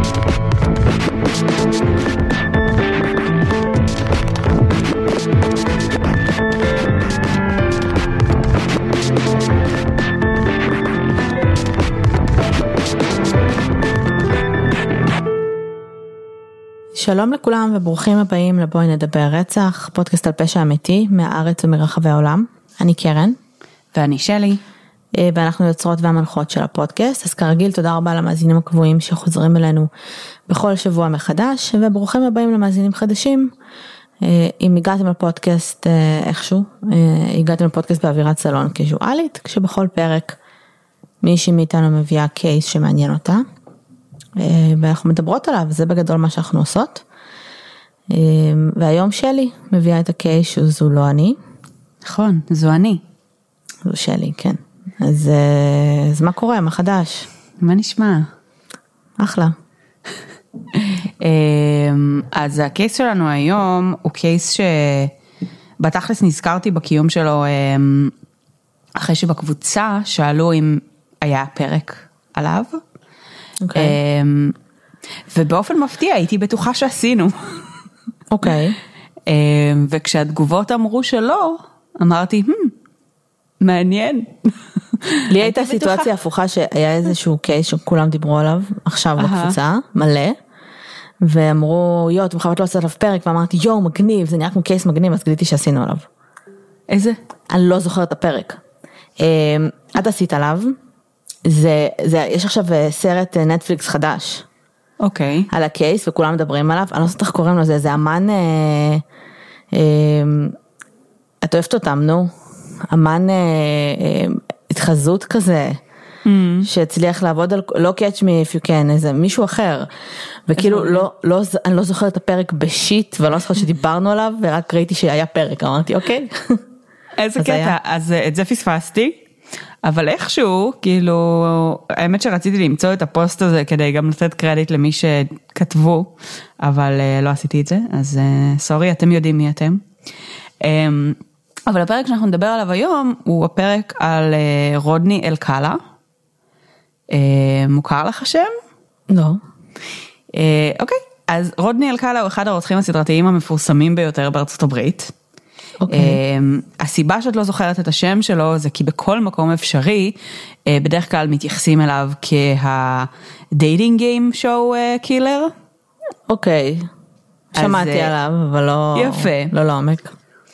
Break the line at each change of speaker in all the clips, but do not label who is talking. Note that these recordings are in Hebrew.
שלום לכולם וברוכים הבאים לבואי נדבר רצח, פודקאסט על פשע אמיתי מהארץ ומרחבי העולם. אני קרן.
ואני שלי.
ואנחנו יוצרות והמנחות של הפודקאסט, אז כרגיל תודה רבה למאזינים הקבועים שחוזרים אלינו בכל שבוע מחדש, וברוכים הבאים למאזינים חדשים. אם הגעתם לפודקאסט איכשהו, הגעתם לפודקאסט באווירת סלון קזואלית, כשבכל פרק מישהי מאיתנו מביאה קייס שמעניין אותה. ואנחנו מדברות עליו, זה בגדול מה שאנחנו עושות. והיום שלי מביאה את הקייס שזו לא אני.
נכון, זו אני.
זו שלי, כן. אז מה קורה? מה חדש?
מה נשמע?
אחלה.
אז הקייס שלנו היום הוא קייס שבתכלס נזכרתי בקיום שלו אחרי שבקבוצה שאלו אם היה פרק עליו.
אוקיי.
ובאופן מפתיע הייתי בטוחה שעשינו.
אוקיי.
וכשהתגובות אמרו שלא, אמרתי, מעניין.
לי הייתה סיטואציה הפוכה שהיה איזשהו קייס שכולם דיברו עליו, עכשיו בקבוצה, מלא, ואמרו, אתם חייבת לא לעשות עליו פרק, ואמרתי, מגניב, זה נראה כמו קייס מגניב, אז גיליתי שעשינו עליו.
איזה?
אני לא זוכרת את הפרק. את עשית עליו, יש עכשיו סרט נטפליקס חדש.
אוקיי.
על הקייס, וכולם מדברים עליו, אני לא יודעת איך קוראים לזה, זה אמן, את אוהבת אותם, נו? אמן התחזות כזה, שהצליח לעבוד על, לא catch me if you can, איזה מישהו אחר, וכאילו אני לא זוכרת את הפרק בשיט, ואני לא זוכרת שדיברנו עליו, ורק ראיתי שהיה פרק, אמרתי אוקיי.
איזה קטע, אז את זה פספסתי, אבל איכשהו, כאילו, האמת שרציתי למצוא את הפוסט הזה, כדי גם לתת קרדיט למי שכתבו, אבל לא עשיתי את זה, אז סורי, אתם יודעים מי אתם. אבל הפרק שאנחנו נדבר עליו היום, הוא הפרק על רודני אלקאלה. מוכר לך השם?
לא.
אוקיי, אז רודני אלקאלה הוא אחד הרוצחים הסדרתיים המפורסמים ביותר בארצות הברית. הסיבה שאת לא זוכרת את השם שלו, זה כי בכל מקום אפשרי, בדרך כלל מתייחסים אליו כהדייטינג גיים שואו קילר.
אוקיי, שמעתי עליו, אבל לא לעומק.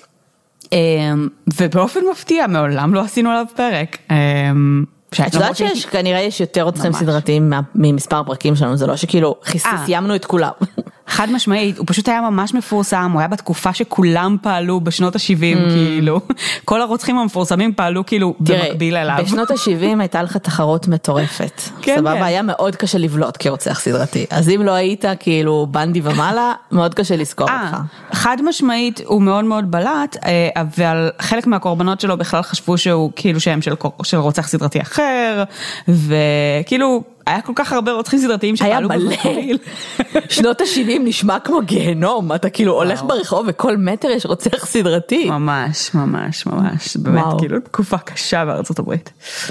ובאופן מפתיע, מעולם לא עשינו עליו פרק.
את יודעת שכנראה יש יותר רוצחים סדרתיים ממספר פרקים שלנו, זה לא שכאילו סיימנו את כולם.
חד משמעית, הוא פשוט היה ממש מפורסם, הוא היה בתקופה שכולם פעלו בשנות ה-70, כאילו, כל הרוצחים המפורסמים פעלו כאילו במקביל אליו.
בשנות ה-70 הייתה לך תחרות מטורפת, סבבה, היה מאוד קשה לבלוט כרוצח סדרתי, אז אם לא היית כאילו בנדי ומעלה, מאוד קשה לזכור אותך.
חד משמעית, הוא מאוד מאוד בלט, אבל חלק מהקורבנות שלו בכלל חשבו שהוא כאילו שם של רוצח סדרתי אחר, וכאילו, היה כל כך הרבה רוצחים סדרתיים שפעלו במקביל.
שנות ה-70 נשמע כמו גיהנום, אתה כאילו הולך ברחוב וכל מטר יש רוצח סדרתי.
ממש, ממש, ממש, באמת כאילו תקופה קשה בארצות הברית.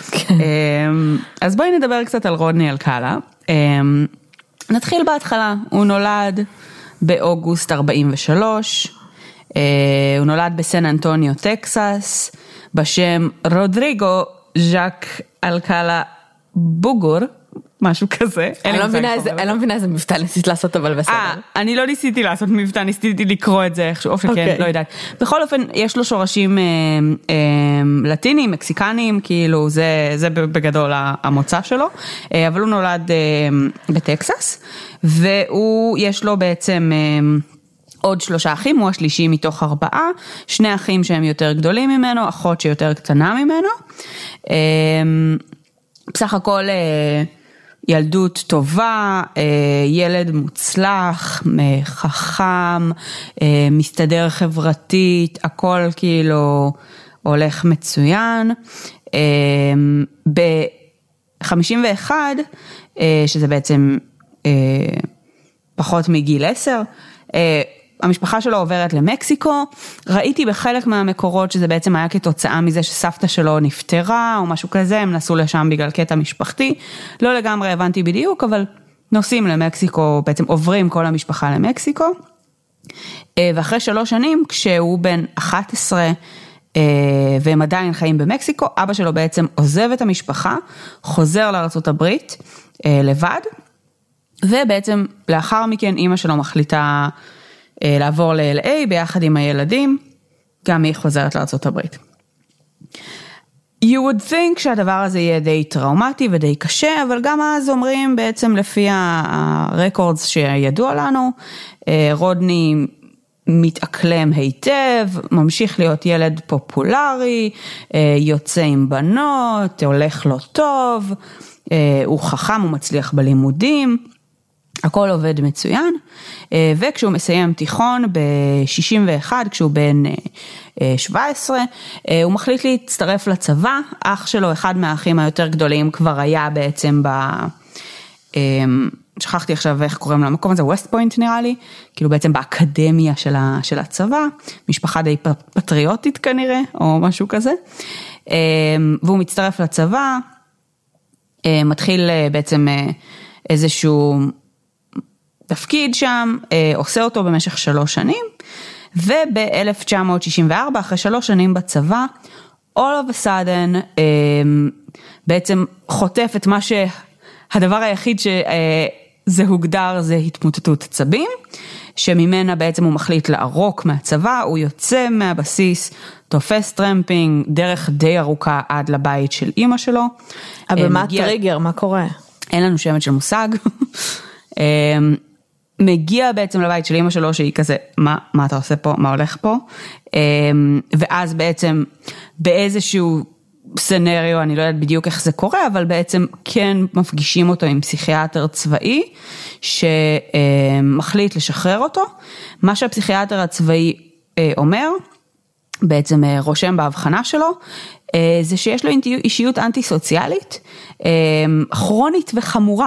אז בואי נדבר קצת על רודני אלקאלה. נתחיל בהתחלה, הוא נולד באוגוסט 43, הוא נולד בסן אנטוניו, טקסס, בשם רודריגו ז'אק אלקאלה בוגור, משהו כזה.
אני לא מבינה איזה מבטא ניסית לעשות, אבל בסדר.
אני לא ניסיתי לעשות מבטא, ניסיתי לקרוא את זה איכשהו, או שכן, לא יודעת. בכל אופן, יש לו שורשים לטינים, מקסיקנים, כאילו זה בגדול המוצא שלו, אבל הוא נולד בטקסס, יש לו בעצם עוד 3 אחים, הוא השלישי מתוך 4, 2 אחים שהם יותר גדולים ממנו, אחות שיותר קטנה ממנו, בסך הכל ילדות טובה, ילד מוצלח, חכם, מסתדר חברתית, הכל כאילו הולך מצוין. ב-51, שזה בעצם פחות מגיל 10, המשפחה שלו עוברת למקסיקו, ראיתי בחלק מהמקורות שזה בעצם היה כתוצאה מזה שסבתא שלו נפטרה או משהו כזה, הם נסעו לשם בגלל קטע משפחתי, לא לגמרי הבנתי בדיוק, אבל נוסעים למקסיקו, בעצם עוברים כל המשפחה למקסיקו, ואחרי 3 שנים, כשהוא בן 11, והם עדיין חיים במקסיקו, אבא שלו בעצם עוזב את המשפחה, חוזר לארצות הברית לבד, ובעצם לאחר מכן אמא שלו מחליטה לעבור ל-LA ביחד עם הילדים, גם היא חוזרת לארצות הברית. You would think שהדבר הזה יהיה די טראומטי ודי קשה, אבל גם אז אומרים בעצם לפי הרקורדס שידוע לנו, רודני מתאקלם היטב, ממשיך להיות ילד פופולרי, יוצא עם בנות, הולך לו טוב, הוא חכם, הוא מצליח בלימודים, הכל עובד מצוין, וכשהוא מסיים תיכון ב-61, כשהוא בן 17, הוא מחליט להצטרף לצבא, אח שלו, אחד מהאחים היותר גדולים, כבר היה בעצם שכחתי עכשיו איך קוראים למקום הזה, ווסט פוינט נראה לי, כאילו בעצם באקדמיה של הצבא, משפחה די פטריוטית כנראה, או משהו כזה, והוא מצטרף לצבא, מתחיל בעצם איזשהו תפקיד שם, עושה אותו במשך 3 שנים, וב-1964, אחרי 3 שנים בצבא, all of a sudden, בעצם חוטף את מה שהדבר היחיד שזה הוגדר, זה התמוטטות עצבים, שממנה בעצם הוא מחליט לערוק מהצבא, הוא יוצא מהבסיס, תופס טרמפינג, דרך די ארוכה עד לבית של אמא שלו.
אבל מה הטריגר? מה קורה?
אין לנו שמץ של מושג. מגיע בעצם לבית של אמא שלו, שהיא כזה, מה אתה עושה פה? מה הולך פה? ואז בעצם באיזשהו סנריו, אני לא יודעת בדיוק איך זה קורה, אבל בעצם כן מפגישים אותו עם פסיכיאטר צבאי, שמחליט לשחרר אותו. מה שהפסיכיאטר הצבאי אומר, בעצם רושם בהבחנה שלו, זה שיש לו אישיות אנטי-סוציאלית, כרונית וחמורה.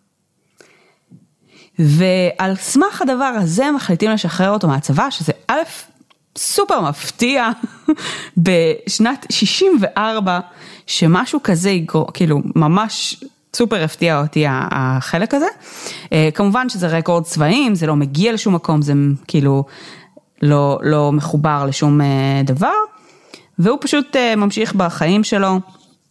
ועל סמך הדבר הזה מחליטים לשחרר אותו מהצבא, שזה א', סופר מפתיע, בשנת 64, שמשהו כזה יגרום, כאילו ממש סופר הפתיע אותי החלק הזה. כמובן שזה רקורד צבאיים, זה לא מגיע לשום מקום, זה כאילו לא מחובר לשום דבר, והוא פשוט ממשיך בחיים שלו,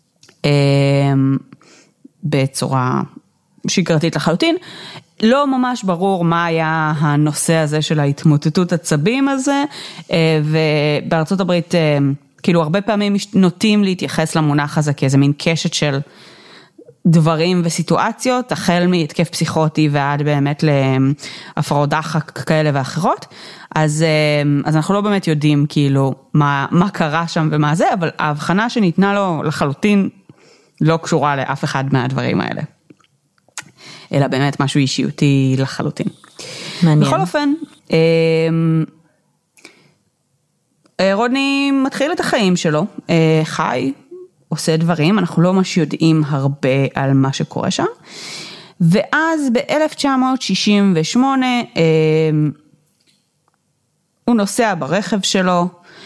בצורה שגרתית לחלוטין. לא ממש ברור מה היה הנושא הזה של ההתמוטטות עצבים הזה, ובארצות הברית, כאילו הרבה פעמים נוטים להתייחס למונח הזה כאיזה מין קשת של דברים וסיטואציות, החל מהתקף פסיכוטי ועד באמת להפרעות דחק כאלה ואחרות, אז אנחנו לא באמת יודעים כאילו מה קרה שם ומה זה, אבל ההבחנה שניתנה לו לחלוטין לא קשורה לאף אחד מהדברים האלה. אלא באמת משהו אישיותי לחלוטין. מעניין. בכל אופן, רודני מתחיל את החיים שלו, חי, עושה דברים, אנחנו לא ממש יודעים הרבה על מה שקורה שם, ואז ב-1968, הוא נוסע ברכב שלו,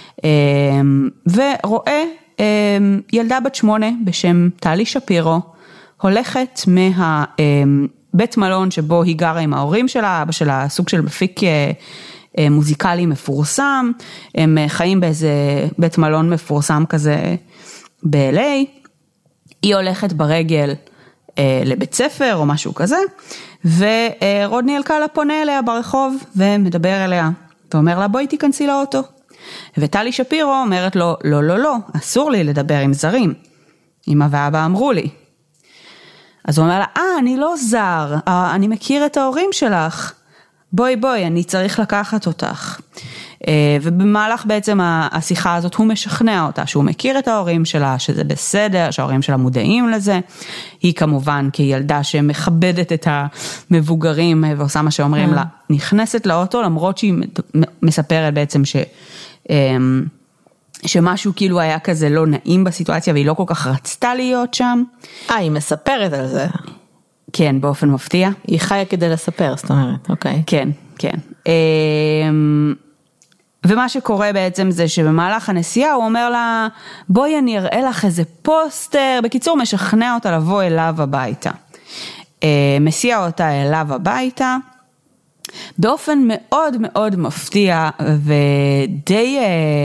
ורואה ילדה בת 8 בשם טלי שפירו, הולכת מהבית מלון שבו היא גרה עם ההורים שלה, אבא שלה סוג של מפיק מוזיקלי מפורסם, הם חיים באיזה בית מלון מפורסם כזה ב-LA, היא הולכת ברגל לבית ספר או משהו כזה, ורודני אלקאלה פונה אליה ברחוב ומדבר אליה, ואומר לה בואי תיכנסי לאוטו, וטלי שפירו אומרת לו לא, אסור לי לדבר עם זרים, אמא ואבא אמרו לי, אז הוא אומר לה, אני לא זר, אני מכיר את ההורים שלך, בואי, אני צריך לקחת אותך. ובמהלך בעצם השיחה הזאת, הוא משכנע אותה, שהוא מכיר את ההורים שלה, שזה בסדר, שההורים שלה מודעים לזה, היא כמובן כילדה שמכבדת את המבוגרים, ועושה מה שאומרים לה, נכנסת לאוטו, למרות שהיא מספרת בעצם שמשהו כאילו היה כזה לא נעים בסיטואציה, והיא לא כל כך רצתה להיות שם.
היא מספרת על זה.
כן, באופן מפתיע.
היא חיה כדי לספר, זאת אומרת, אוקיי.
כן. ומה שקורה בעצם זה שבמהלך הנסיעה הוא אומר לה, בואי אני אראה לך איזה פוסטר, בקיצור משכנע אותה לבוא אליו הביתה. מסיע אותה אליו הביתה, באופן מאוד מאוד מפתיע ודי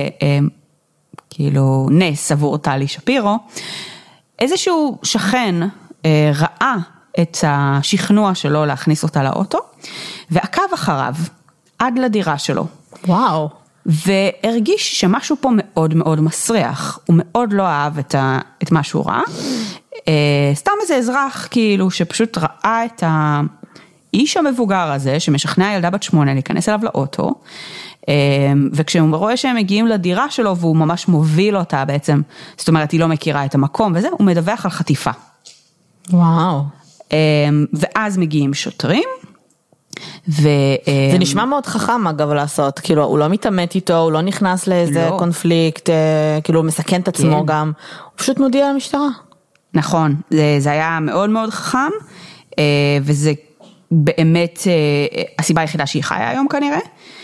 כאילו נס עבור טלי שפירו, איזשהו שכן ראה את השכנוע שלו להכניס אותה לאוטו, ועקב אחריו עד לדירה שלו.
וואו.
והרגיש שמשהו פה מאוד מאוד מסריח, הוא מאוד לא אהב את מה שהוא ראה, סתם איזה אזרח כאילו שפשוט ראה את האיש המבוגר הזה, שמשכנע ילדה בת 8 להיכנס אליו לאוטו, וכשהוא רואה שהם מגיעים לדירה שלו, והוא ממש מוביל אותה בעצם, זאת אומרת היא לא מכירה את המקום וזה, הוא מדווח על חטיפה.
וואו.
ואז מגיעים שוטרים,
זה נשמע מאוד חכם אגב לעשות, כאילו הוא לא מתאמת איתו, הוא לא נכנס לאיזה קונפליקט, כאילו הוא מסכן את עצמו גם, הוא פשוט מודיע למשטרה.
נכון, זה היה מאוד מאוד חכם, וזה באמת הסיבה היחידה שהיא חיה היום כנראה,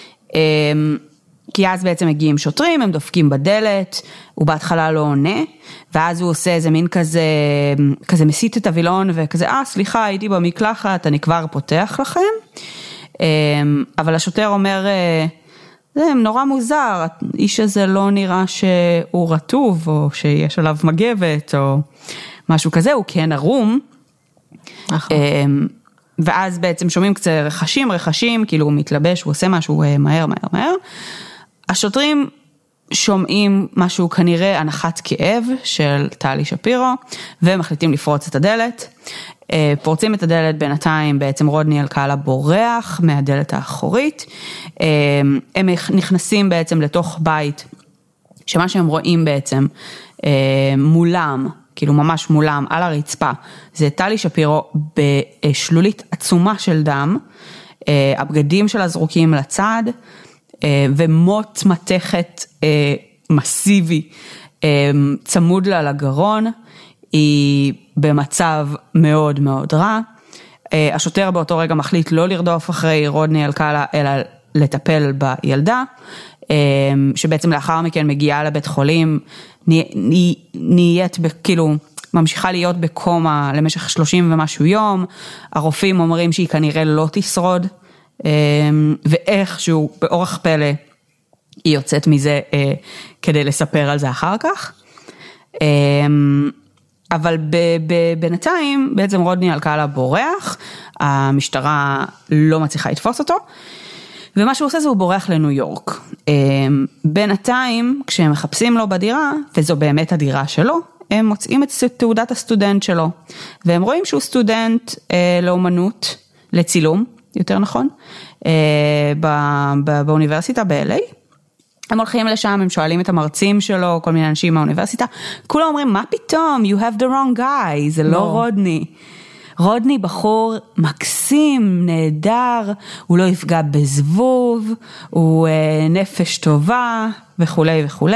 כי אז בעצם מגיעים שוטרים, הם דופקים בדלת, הוא בהתחלה לא עונה, ואז הוא עושה איזה מין כזה מסית את הווילון, וכזה, סליחה, הייתי במקלחת, אני כבר פותח לכם, אבל השוטר אומר, זה נורא מוזר, האיש הזה לא נראה שהוא רטוב, או שיש עליו מגבת, או משהו כזה, הוא כן ערום, ואז בעצם שומעים קצת רכשים, כאילו הוא מתלבש, הוא עושה משהו מהר. השוטרים שומעים משהו כנראה הנחת כאב של טלי שפירו, ומחליטים לפרוץ את הדלת. פורצים את הדלת בינתיים, בעצם רודני אלקאלה בורח מהדלת האחורית. הם נכנסים בעצם לתוך בית, שמה שהם רואים בעצם מולם, כאילו ממש מולם, על הרצפה, זה טלי שפירו בשלולית עצומה של דם, הבגדים שלה זרוקים לצד, ומוט מתכת מסיבי צמוד לה לגרון, היא במצב מאוד מאוד רע, השוטר באותו רגע מחליט לא לרדוף אחרי רודני אלקאלה, אלא לטפל בילדה, שבעצם לאחר מכן מגיעה לבית חולים, נהיית כאילו ממשיכה להיות בקומה למשך 30 ומשהו יום, הרופאים אומרים שהיא כנראה לא תשרוד, ואיכשהו באורח פלא היא יוצאת מזה כדי לספר על זה אחר כך, אבל בינתיים בעצם רודני אלקאלה בורח, המשטרה לא מצליחה לתפוס אותו, ומה שהוא עושה זה הוא בורח לניו יורק. בינתיים, כשהם מחפשים לו בדירה, וזו באמת הדירה שלו, הם מוצאים את תעודת הסטודנט שלו, והם רואים שהוא סטודנט לאומנות, לצילום, יותר נכון, באוניברסיטה ב-LA. הם הולכים לשם, הם שואלים את המרצים שלו, כל מיני אנשים מהאוניברסיטה, כולם אומרים, מה פתאום? You have the wrong guy, זה לא רודני. רודני בחור מקסים, נהדר, הוא לא יפגע בזבוב, הוא נפש טובה וכו' וכו'.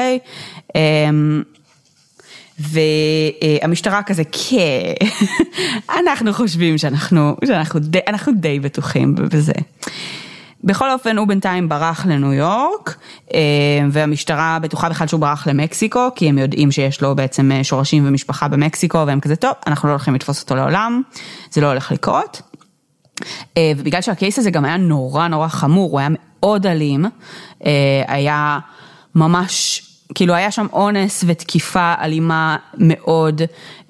והמשטרה כזה, כן, אנחנו חושבים שאנחנו די בטוחים בזה. בכל אופן הוא בינתיים ברח לניו יורק, והמשטרה בטוחה בכלל שהוא ברח למקסיקו, כי הם יודעים שיש לו בעצם שורשים ומשפחה במקסיקו, והם כזה טוב, אנחנו לא הולכים לתפוס אותו לעולם, זה לא הולך לקרות. ובגלל שהקייס הזה גם היה נורא נורא חמור, הוא היה מאוד אלים, היה ממש, כאילו היה שם אונס ותקיפה אלימה מאוד,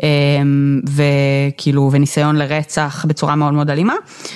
וכאילו וניסיון לרצח בצורה מאוד מאוד אלימה,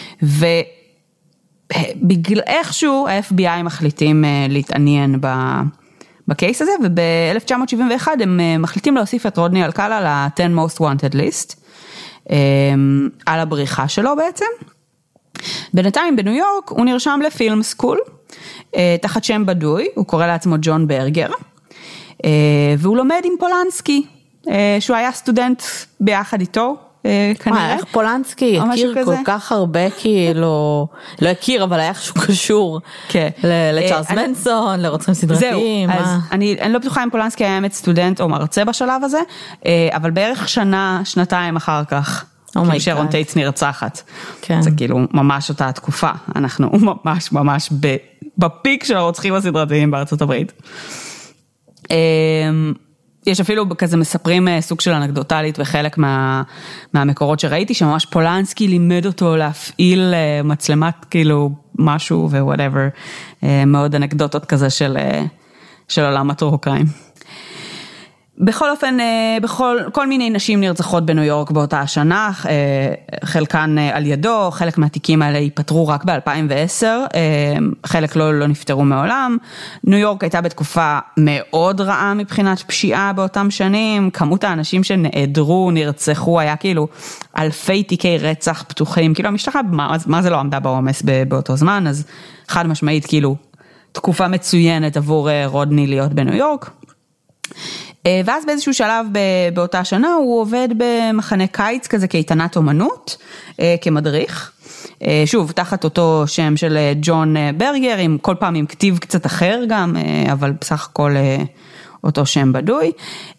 בגלל איכשהו ה-FBI מחליטים להתעניין בקייס הזה, וב-1971 הם מחליטים להוסיף את רודני אלקאלה ל-10 Most Wanted List, על הבריחה שלו בעצם. בינתיים בניו יורק הוא נרשם לפילם סקול, תחת שם בדוי, הוא קורא לעצמו ג'ון ברגר, והוא לומד עם פולנסקי, שהוא היה סטודנט ביחד איתו, כנראה.
איך פולנסקי הכיר כל כך הרבה, כאילו, לא הכיר, אבל היה איכשהו קשור לצ'ארלס מנסון, לרוצחים סדרתיים.
זהו, אז אני לא בטוחה אם פולנסקי היה באמת סטודנט או מרצה בשלב הזה, אבל בערך שנתיים אחר כך, שרון טייטס נרצחת. זה כאילו ממש אותה התקופה, אנחנו ממש בפיק של הרוצחים הסדרתיים בארצות הברית. יש אפילו כזה מספרים סוג של אנקדוטלית וחלק מהמקורות שראיתי, שממש פולנסקי לימד אותו להפעיל מצלמת כאילו משהו ו-whatever, מאוד אנקדוטות כזה של עולם הטורקאים. בכל אופן, כל מיני נשים נרצחות בניו יורק באותה השנה, חלקן על ידו, חלק מהתיקים האלה ייפטרו רק ב-2010, חלק לא נפטרו מעולם. ניו יורק הייתה בתקופה מאוד רעה מבחינת פשיעה באותם שנים, כמות האנשים שנעדרו, נרצחו, היה כאילו אלפי תיקי רצח פתוחים, כאילו המשטרה, מה זה לא עמדה בעומס באותו זמן, אז חד משמעית כאילו תקופה מצוינת עבור רודני להיות בניו יורק. ואז באיזשהו שלב באותה שנה הוא עובד במחנה קיץ כזה קייטנת אומנות, כמדריך, שוב תחת אותו שם של ג'ון ברגר, כל פעם עם כתיב קצת אחר גם, אבל בסך הכל אותו שם בדוי,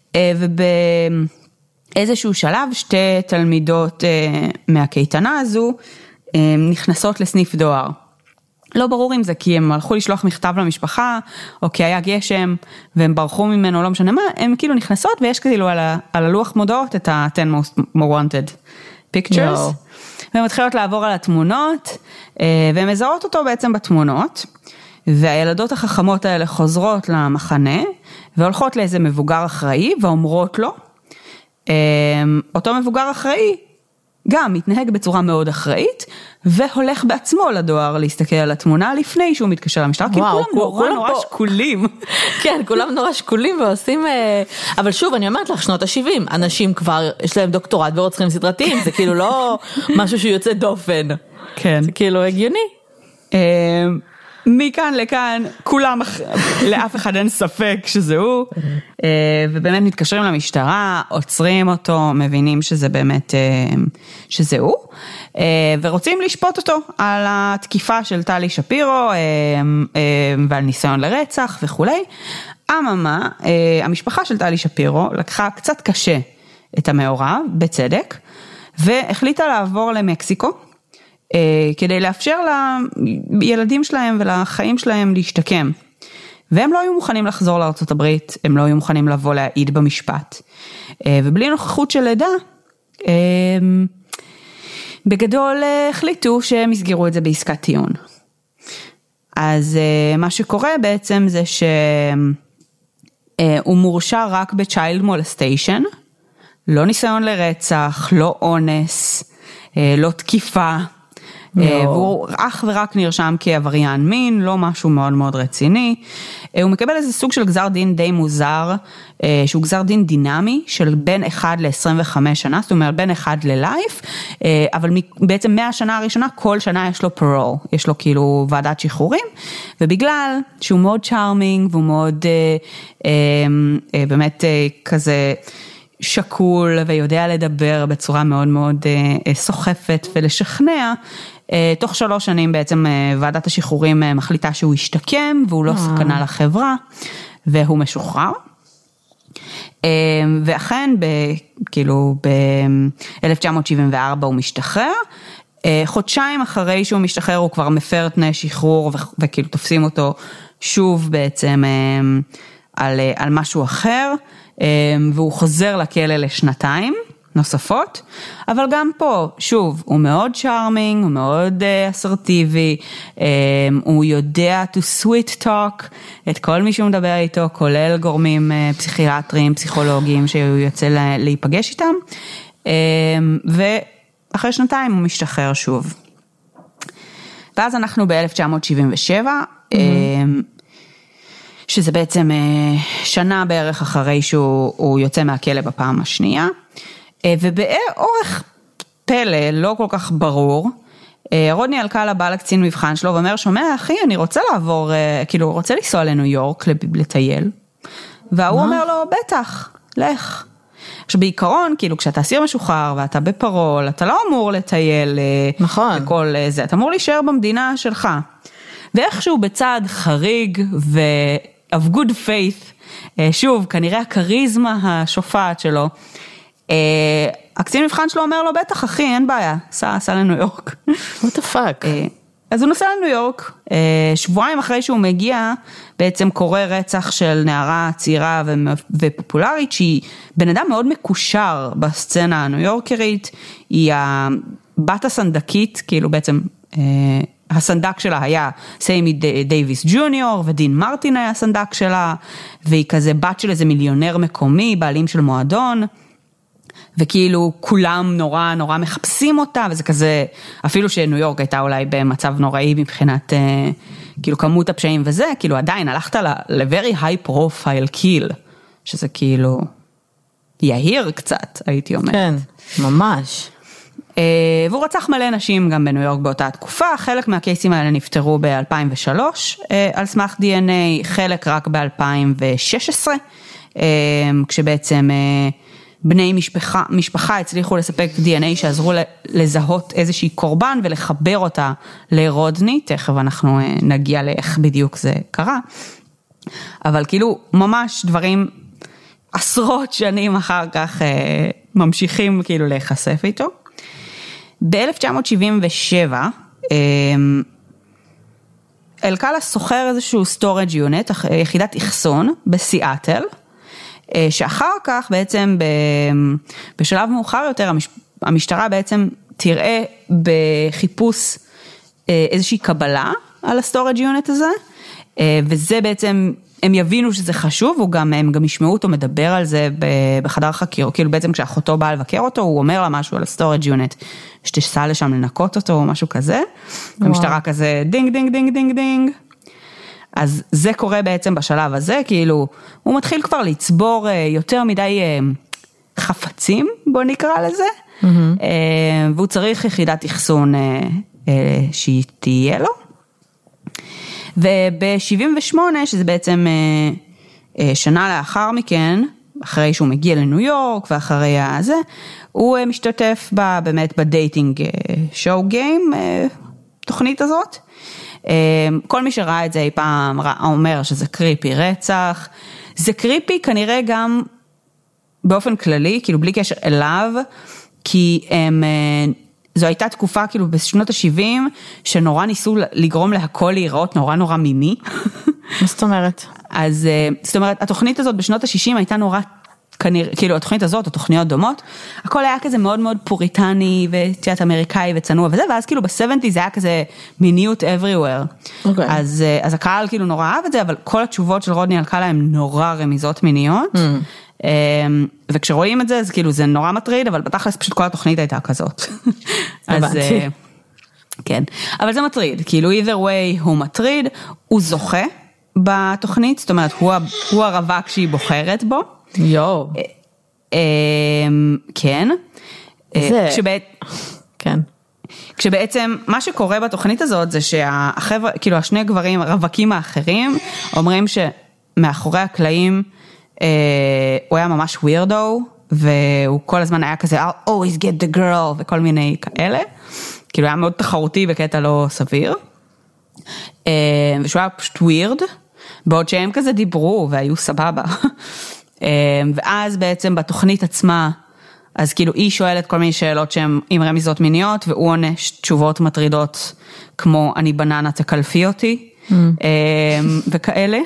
ובאיזשהו שלב שתי תלמידות מהקייטנה הזו נכנסות לסניף דואר. לא ברור אם זה כי הם הלכו לשלוח מכתב למשפחה, או כי היה גשם, והם ברחו ממנו, לא משנה מה, הם כאילו נכנסות, ויש כאילו על הלוח מודעות את ה-10 most wanted pictures, והן מתחילות לעבור על התמונות, והן מזהות אותו בעצם בתמונות, והילדות החכמות האלה חוזרות למחנה, והולכות לאיזה מבוגר אחראי, ואומרות לו, אותו מבוגר אחראי, גם מתנהג בצורה מאוד אחראית, והולך בעצמו לדואר להסתכל על התמונה לפני שהוא מתקשר למשטרה, כי כולם נורא שקולים.
כן, כולם נורא שקולים ועושים, אבל שוב, אני אומרת לך, שנות ה-70, אנשים כבר, יש להם דוקטורט ורוצחים סדרתיים, זה כאילו לא משהו שיוצא דופן.
כן.
זה כאילו הגיוני.
מכאן לכאן, כולם, לאף אחד אין ספק שזה הוא, ובאמת מתקשרים למשטרה, עוצרים אותו, מבינים שזה באמת, שזה הוא, ורוצים לשפוט אותו על התקיפה של טלי שפירו, ועל ניסיון לרצח וכו'. אממה, המשפחה של טלי שפירו לקחה קצת קשה את המעורב, בצדק, והחליטה לעבור למקסיקו, כדי לאפשר לילדים שלהם ולחיים שלהם להשתקם. והם לא היו מוכנים לחזור לארצות הברית, הם לא היו מוכנים לבוא להעיד במשפט. ובלי נוכחות של לידה, בגדול החליטו שהם יסגרו את זה בעסקת טיעון. אז מה שקורה בעצם זה שהוא מורשע רק ב-child molestation, לא ניסיון לרצח, לא אונס, לא תקיפה, והוא אך ורק נרשם כעבריין מין, לא משהו מאוד מאוד רציני. הוא מקבל איזה סוג של גזר דין די מוזר, שהוא גזר דין דינמי של בין 1 ל-25 שנה, זאת אומרת בין 1 ללייף, אבל בעצם מהשנה הראשונה כל שנה יש לו פרול, יש לו כאילו ועדת שחרורים, ובגלל שהוא מאוד צ'ארמינג והוא מאוד באמת כזה שקול ויודע לדבר בצורה מאוד מאוד סוחפת ולשכנע, תוך 3 שנים בעצם ועדת השחרורים מחליטה שהוא ישתקם, והוא לא סכנה לחברה, והוא משוחרר. ואכן, כאילו ב-1974 הוא משתחרר, חודשיים אחרי שהוא משתחרר הוא כבר מפר תנאי שחרור, וכאילו תופסים אותו שוב בעצם על משהו אחר, והוא חוזר לכלא לשנתיים נוספות, אבל גם פה, שוב, הוא מאוד צ'ארמינג, הוא מאוד אסרטיבי, הוא יודע to sweet talk את כל מי שהוא מדבר איתו, כולל גורמים פסיכיאטריים, פסיכולוגיים שהוא יוצא להיפגש איתם, ואחרי שנתיים הוא משתחרר שוב. ואז אנחנו ב-1977, שזה בעצם שנה בערך אחרי שהוא יוצא מהכלא בפעם השנייה, ובאורך פלא, לא כל כך ברור, רודני אלקאלה בא לקצין מבחן שלו ואומר, שומע אחי, אני רוצה לעבור, כאילו רוצה לנסוע לניו יורק לטייל, והוא אומר לו, בטח, לך. עכשיו בעיקרון, כאילו כשאתה אסיר משוחרר ואתה בפרול, אתה לא אמור לטייל,
נכון.
וכל זה, אתה אמור להישאר במדינה שלך. ואיכשהו בצד חריג of good faith, שוב, כנראה הקריזמה השופעת שלו, הקצין מבחן שלו אומר לו, בטח אחי, אין בעיה, סע לניו יורק.
What the fuck?
אז הוא נוסע לניו יורק, שבועיים אחרי שהוא מגיע, בעצם קורה רצח של נערה צעירה ופופולרית, שהיא בן אדם מאוד מקושר בסצנה הניו יורקרית, היא הבת הסנדקית, כאילו בעצם הסנדק שלה היה סיימי דייביס ג'וניור, ודין מרטין היה הסנדק שלה, והיא כזה בת של איזה מיליונר מקומי, בעלים של מועדון, וכאילו כולם נורא נורא מחפשים אותה, וזה כזה, אפילו שניו יורק הייתה אולי במצב נוראי מבחינת כאילו כמות הפשעים וזה, כאילו עדיין הלכת ל-very high profile kill, שזה כאילו יהיר קצת, הייתי אומרת.
כן, ממש.
והוא רצח מלא נשים גם בניו יורק באותה תקופה, חלק מהקייסים האלה נפטרו ב-2003, על סמך DNA, חלק רק ב-2016, כשבעצם בני משפחה הצליחו לספק DNA שעזרו לזהות איזושהי קורבן ולחבר אותה לרודני, תכף אנחנו נגיע לאיך בדיוק זה קרה, אבל כאילו ממש דברים עשרות שנים אחר כך ממשיכים כאילו להיחשף איתו. ב-1977 אלקאלה סוחר איזשהו storage unit, יחידת אחסון בסיאטל, שאחר כך בעצם בשלב מאוחר יותר המשטרה בעצם תראה בחיפוש איזושהי קבלה על הסטורג' יוניט הזה, וזה בעצם הם יבינו שזה חשוב, הם גם ישמעו אותו מדבר על זה בחדר חקיר, כאילו בעצם כשאחותו באה לבקר אותו, הוא אומר לה משהו על הסטורג' יוניט, שתסע לשם לנקות אותו או משהו כזה, המשטרה כזה דינג דינג דינג דינג דינג, אז זה קורה בעצם בשלב הזה, כאילו הוא מתחיל כבר לצבור יותר מדי חפצים, בוא נקרא לזה, והוא צריך יחידת אחסון שהיא תהיה לו, וב-78, שזה בעצם שנה לאחר מכן, אחרי שהוא מגיע לניו יורק ואחרי הזה, הוא משתתף באמת בדייטינג שואו גיים, תוכנית הזאת. כל מי שראה את זה אי פעם אומר שזה קריפי רצח, זה קריפי כנראה גם באופן כללי, כאילו בלי קשר אליו, כי זו הייתה תקופה כאילו בשנות ה-70, שנורא ניסו לגרום להכל להיראות נורא נורא מימי.
מה זאת אומרת?
אז זאת אומרת, התוכנית הזאת בשנות ה-60 הייתה נורא, כאילו התוכנית הזאת, התוכניות דומות, הכל היה כזה מאוד מאוד פוריטני, ותיאת אמריקאי וצנוע וזה, ואז כאילו ב-70 זה היה כזה מיניות everywhere. Okay. אז הקהל כאילו נורא אהב את זה, אבל כל התשובות של רודני אלקאלה הן נורא רמיזות מיניות, וכשרואים את זה, אז כאילו זה נורא מטריד, אבל בתכלס פשוט כל התוכנית הייתה כזאת. אז כן, אבל זה מטריד, כאילו either way הוא מטריד, הוא זוכה בתוכנית, זאת אומרת הוא הרווק שהיא בוחרת בו.
יו.
כן.
כן.
כשבעצם מה שקורה בתוכנית הזאת זה שהחבר'ה, כאילו השני גברים, הרווקים האחרים, אומרים שמאחורי הקלעים הוא היה ממש weirdo, והוא כל הזמן היה כזה, I'll always get the girl, וכל מיני כאלה. כאילו היה מאוד תחרותי בקטע לא סביר. ושהוא היה פשוט weird, בעוד שהם כזה דיברו והיו סבבה. ואז בעצם בתוכנית עצמה, אז כאילו היא שואלת כל מיני שאלות שהן עם רמיזות מיניות, והוא עונה תשובות מטרידות, כמו אני בננה תקלפי אותי, וכאלה.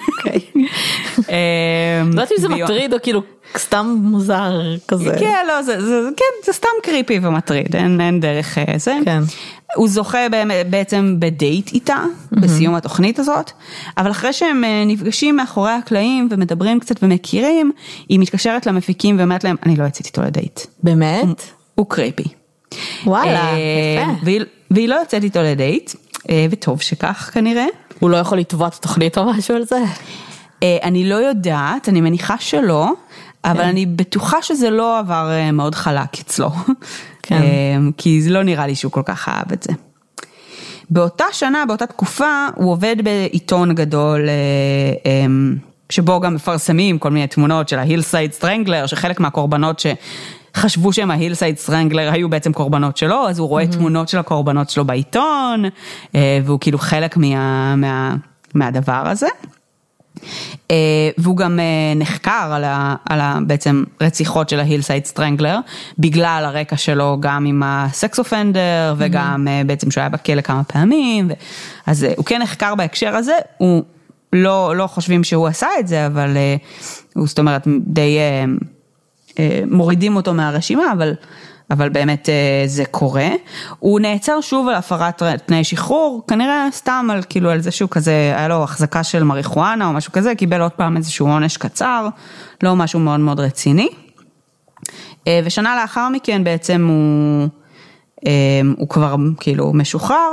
לא יודעת אם זה מטריד או כאילו סתם מוזר כזה.
כן, לא, זה סתם קריפי ומטריד, אין דרך זה. הוא זוכה בעצם בדייט איתה, בסיום התוכנית הזאת, אבל אחרי שהם נפגשים מאחורי הקלעים ומדברים קצת ומכירים, היא מתקשרת למפיקים ואומרת להם, אני לא יצאתי איתו לדייט.
באמת?
הוא קריפי.
וואלה, יפה.
והיא לא יוצאת איתו לדייט, וטוב שכך כנראה.
הוא לא יכול לתבוע את התוכנית או משהו על זה?
אני לא יודעת, אני מניחה שלא, אבל אני בטוחה שזה לא עבר מאוד חלק אצלו. כי זה לא נראה לי שהוא כל כך אהב את זה. באותה שנה, באותה תקופה, הוא עובד בעיתון גדול, שבו גם מפרסמים כל מיני תמונות של ההילסייד סטרנגלר, שחלק מהקורבנות שחשבו שהם ההילסייד סטרנגלר היו בעצם קורבנות שלו, אז הוא רואה תמונות של הקורבנות שלו בעיתון, והוא כאילו חלק מהדבר הזה. והוא גם נחקר על בעצם רציחות של ההילסייד סטרנגלר, בגלל הרקע שלו גם עם הסקס אופנדר, וגם בעצם שהוא היה בכלא כמה פעמים, אז הוא כן נחקר בהקשר הזה, הוא לא חושבים שהוא עשה את זה, אבל הוא זאת אומרת די מורידים אותו מהרשימה, אבל באמת זה קורה. הוא נעצר שוב על הפרת תנאי שחרור, כנראה סתם על כאילו על זה שהוא כזה, היה לו החזקה של מריחואנה או משהו כזה, קיבל עוד פעם איזשהו עונש קצר, לא משהו מאוד מאוד רציני. ושנה לאחר מכן בעצם הוא כבר כאילו משוחרר,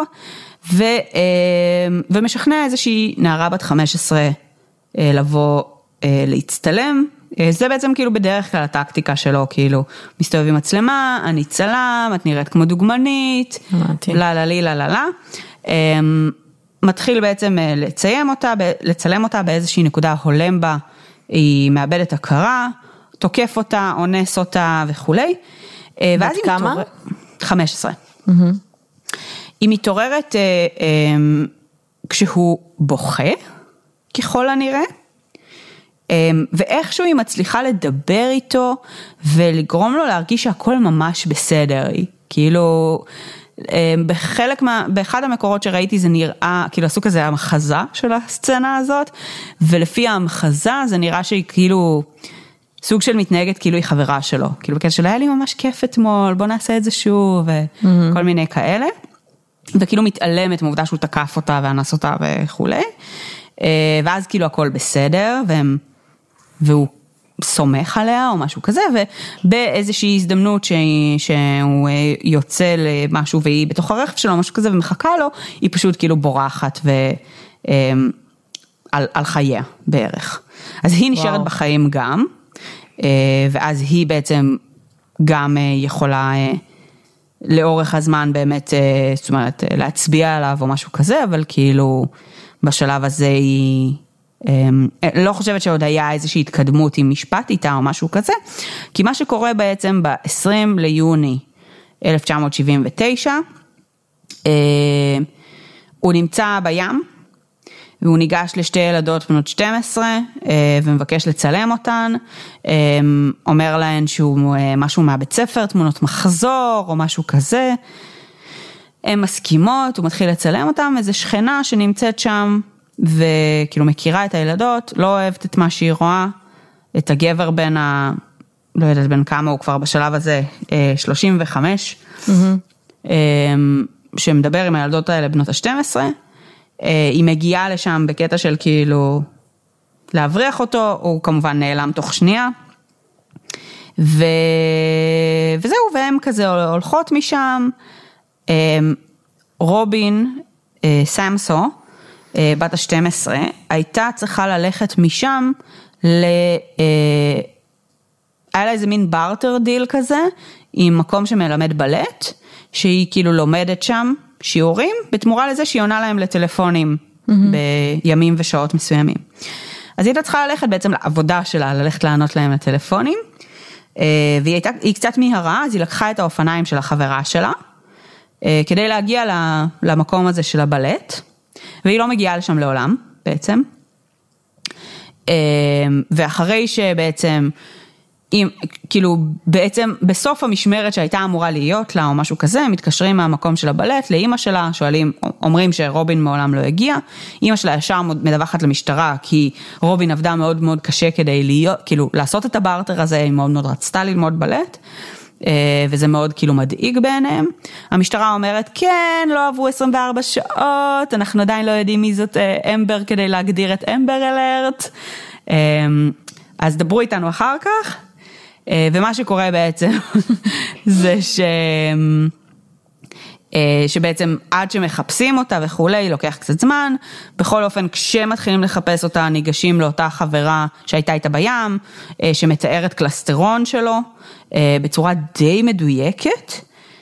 ומשכנע איזושהי נערה בת 15 לבוא להצטלם, זה בעצם כאילו בדרך כלל הטקטיקה שלו, כאילו מסתובב עם מצלמה, אני צלם, את נראית כמו דוגמנית, מתחיל בעצם לצלם אותה באיזושהי נקודה הולם בה, היא מאבדת הכרה, תוקף אותה, אונס אותה וכו'.
בת כמה?
15. היא מתעוררת כשהוא בוכה, ככל הנראה, ואיכשהו היא מצליחה לדבר איתו, ולגרום לו להרגיש שהכל ממש בסדר. כאילו, באחד המקורות שראיתי זה נראה, כאילו עשו כזה המחזה של הסצנה הזאת, ולפי המחזה זה נראה שהיא כאילו, סוג של מתנהגת כאילו היא חברה שלו, כאילו בקטע של היה לי ממש כיף אתמול, בוא נעשה את זה שוב, וכל מיני כאלה, וכאילו מתעלמת מעובדה שהוא תקף אותה ואנס אותה וכו'. ואז כאילו הכל בסדר, והוא סומך עליה או משהו כזה, ובאיזושהי הזדמנות שהוא יוצא למשהו והיא בתוך הרכב שלו, משהו כזה, ומחכה לו, היא פשוט כאילו בורחת על חייה בערך. אז היא נשארת בחיים גם, ואז היא בעצם גם יכולה לאורך הזמן באמת, זאת אומרת, להצביע עליו או משהו כזה, אבל כאילו בשלב הזה היא לא חושבת שעוד היה איזושהי התקדמות עם משפט איתה או משהו כזה, כי מה שקורה בעצם ב-20 ליוני 1979, הוא נמצא בים, והוא ניגש לשתי ילדות בנות 12, ומבקש לצלם אותן, אומר להן שהוא משהו מהבית ספר, תמונות מחזור או משהו כזה, הן מסכימות, הוא מתחיל לצלם אותן, איזו שכנה שנמצאת שם, וכאילו מכירה את הילדות, לא אוהבת את מה שהיא רואה, את הגבר לא יודעת בין כמה הוא כבר בשלב הזה, 35, שמדבר עם הילדות האלה בנות ה-12, היא מגיעה לשם בקטע של כאילו להבריח אותו, הוא כמובן נעלם תוך שנייה, וזהו, והם כזה הולכות משם, רובין סמסו, בת ה-12, הייתה צריכה ללכת משם, היה לה איזה מין בארטר דיל כזה, עם מקום שמלמד בלט, שהיא כאילו לומדת שם שיעורים, בתמורה לזה שהיא עונה להם לטלפונים, בימים ושעות מסוימים. אז היא הייתה צריכה ללכת בעצם לעבודה שלה, ללכת לענות להם לטלפונים, והיא קצת מהרה, אז היא לקחה את האופניים של החברה שלה, כדי להגיע למקום הזה של הבלט, והיא לא מגיעה לשם לעולם, בעצם. ואחרי שבעצם, כאילו, בעצם בסוף המשמרת שהייתה אמורה להיות לה, או משהו כזה, מתקשרים מהמקום של הבלט לאמא שלה, אומרים שרובין מעולם לא הגיע, אמא שלה ישר מדווחת למשטרה, כי רובין עבדה מאוד מאוד קשה כדי להיות, כאילו, לעשות את הברטר הזה, היא מאוד מאוד רצתה ללמוד בלט, וזה מאוד כאילו מדאיג בעיניהם. המשטרה אומרת, כן, לא עברו 24 שעות, אנחנו עדיין לא יודעים מי זאת אמבר כדי להגדיר את אמבר אלרט, אז דברו איתנו אחר כך, ומה שקורה בעצם, זה שבעצם עד שמחפשים אותה וכולי, לוקח קצת זמן, בכל אופן כשמתחילים לחפש אותה, ניגשים לאותה חברה שהייתה איתה בים, שמתארת קלסטרון שלו, בצורה די מדויקת,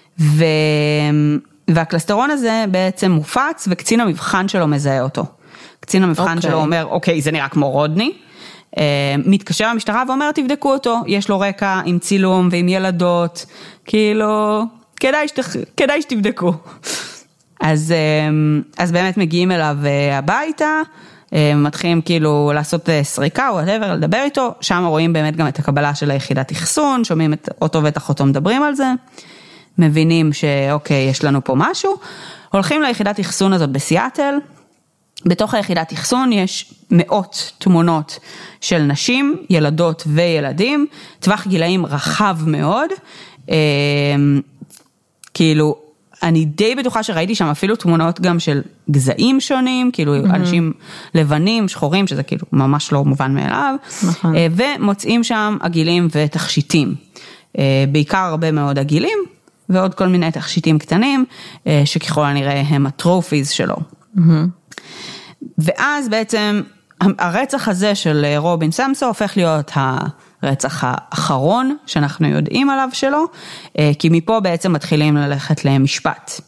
והקלסטרון הזה בעצם מופץ, וקצין המבחן שלו מזהה אותו. קצין המבחן שלו אומר, אוקיי, זה נראה כמו רודני, מתקשר המשטרה ואומר, תבדקו אותו, יש לו רקע עם צילום ועם ילדות, כאילו, כדאי שתבדקו. אז באמת מגיעים אליו הביתה, מתחילים כאילו לעשות סריקה או whatever, לדבר איתו, שם רואים באמת גם את הקבלה של היחידת אחסון, שומעים אותו ואת אחותו מדברים על זה, מבינים שאוקיי, יש לנו פה משהו, הולכים ליחידת אחסון הזאת בסיאטל, בתוך היחידת אחסון יש מאות תמונות של נשים, ילדות וילדים, טווח גילאים רחב מאוד, כאילו, אני די בטוחה שראיתי שם אפילו תמונות גם של גזעים שונים, כאילו אנשים לבנים, שחורים, שזה כאילו ממש לא מובן מאליו, ומוצאים שם עגילים ותכשיטים, בעיקר הרבה מאוד עגילים, ועוד כל מיני תכשיטים קטנים, שככל הנראה הם הטרופיז שלו. ואז בעצם הרצח הזה של רובין סמסו הופך להיות הרצח האחרון שאנחנו יודעים עליו שלו, כי מפה בעצם מתחילים ללכת למשפט.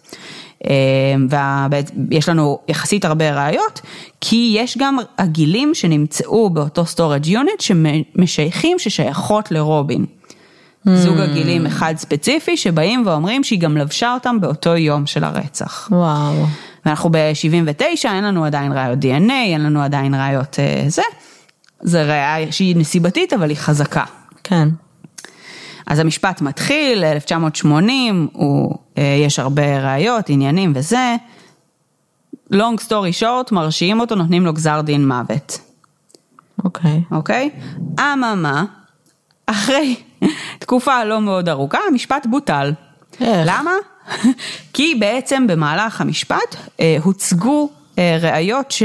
ויש לנו יחסית הרבה ראיות, כי יש גם עגילים שנמצאו באותו storage unit שמשייכים ששייכות לרובין. זוג עגילים אחד ספציפי שבאים ואומרים שהיא גם לבשה אותם באותו יום של הרצח.
וואו.
ואנחנו ב-79, אין לנו עדיין ראיות DNA, אין לנו עדיין ראיות זה ראיה שהיא נסיבתית, אבל היא חזקה.
כן.
אז המשפט מתחיל, 1980, יש הרבה ראיות, עניינים וזה. long story short, מרשיעים אותו, נותנים לו גזר דין מוות. אוקיי? אממה, אחרי תקופה לא מאוד ארוכה, המשפט בוטל. למה? כי בעצם במהלך המשפט הוצגו ראיות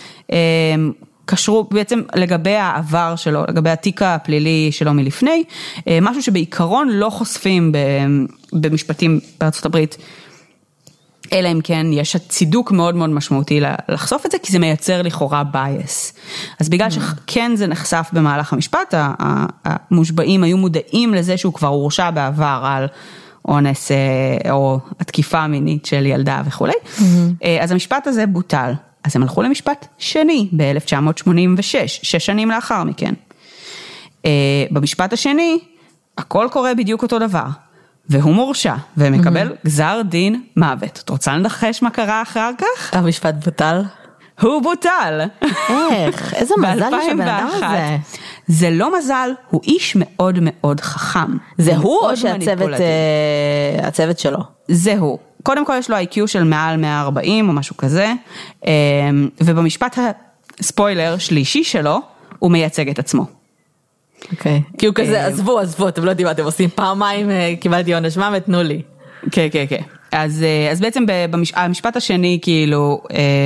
שקשרו בעצם לגבי העבר שלו, לגבי התיק הפלילי שלו מלפני, משהו שבעיקרון לא חושפים במשפטים בארצות הברית, אלא אם כן יש צידוק מאוד מאוד משמעותי לחשוף את זה, כי זה מייצר לכאורה בייס. אז בגלל שכן זה נחשף במהלך המשפט, המושבעים היו מודעים לזה שהוא כבר הורשע בעבר על אונס או התקיפה המינית של ילדה וכו'. אז המשפט הזה בוטל. אז הם הלכו למשפט שני ב-1986, 6 שנים לאחר מכן. במשפט השני, הכל קורה בדיוק אותו דבר. והוא מורשע, ומקבל גזר דין מוות. את רוצה לנחש מה קרה אחר כך?
המשפט בוטל?
הוא בוטל.
איך? איזה מזל יש הבן אדם הזה.
זה לא מזל, הוא איש מאוד מאוד חכם.
זה הוא או שהצוות שלו?
זה הוא. קודם כל יש לו IQ של מעל 140 או משהו כזה, ובמשפט הספוילר שלישי שלו, הוא מייצג את עצמו.
אוקיי. כי הוא כזה, עזבו, אתם לא יודעים מה אתם עושים, פעמיים קיבלתי עונש מוות, תנו לי.
כן. אז בעצם המשפט השני כאילו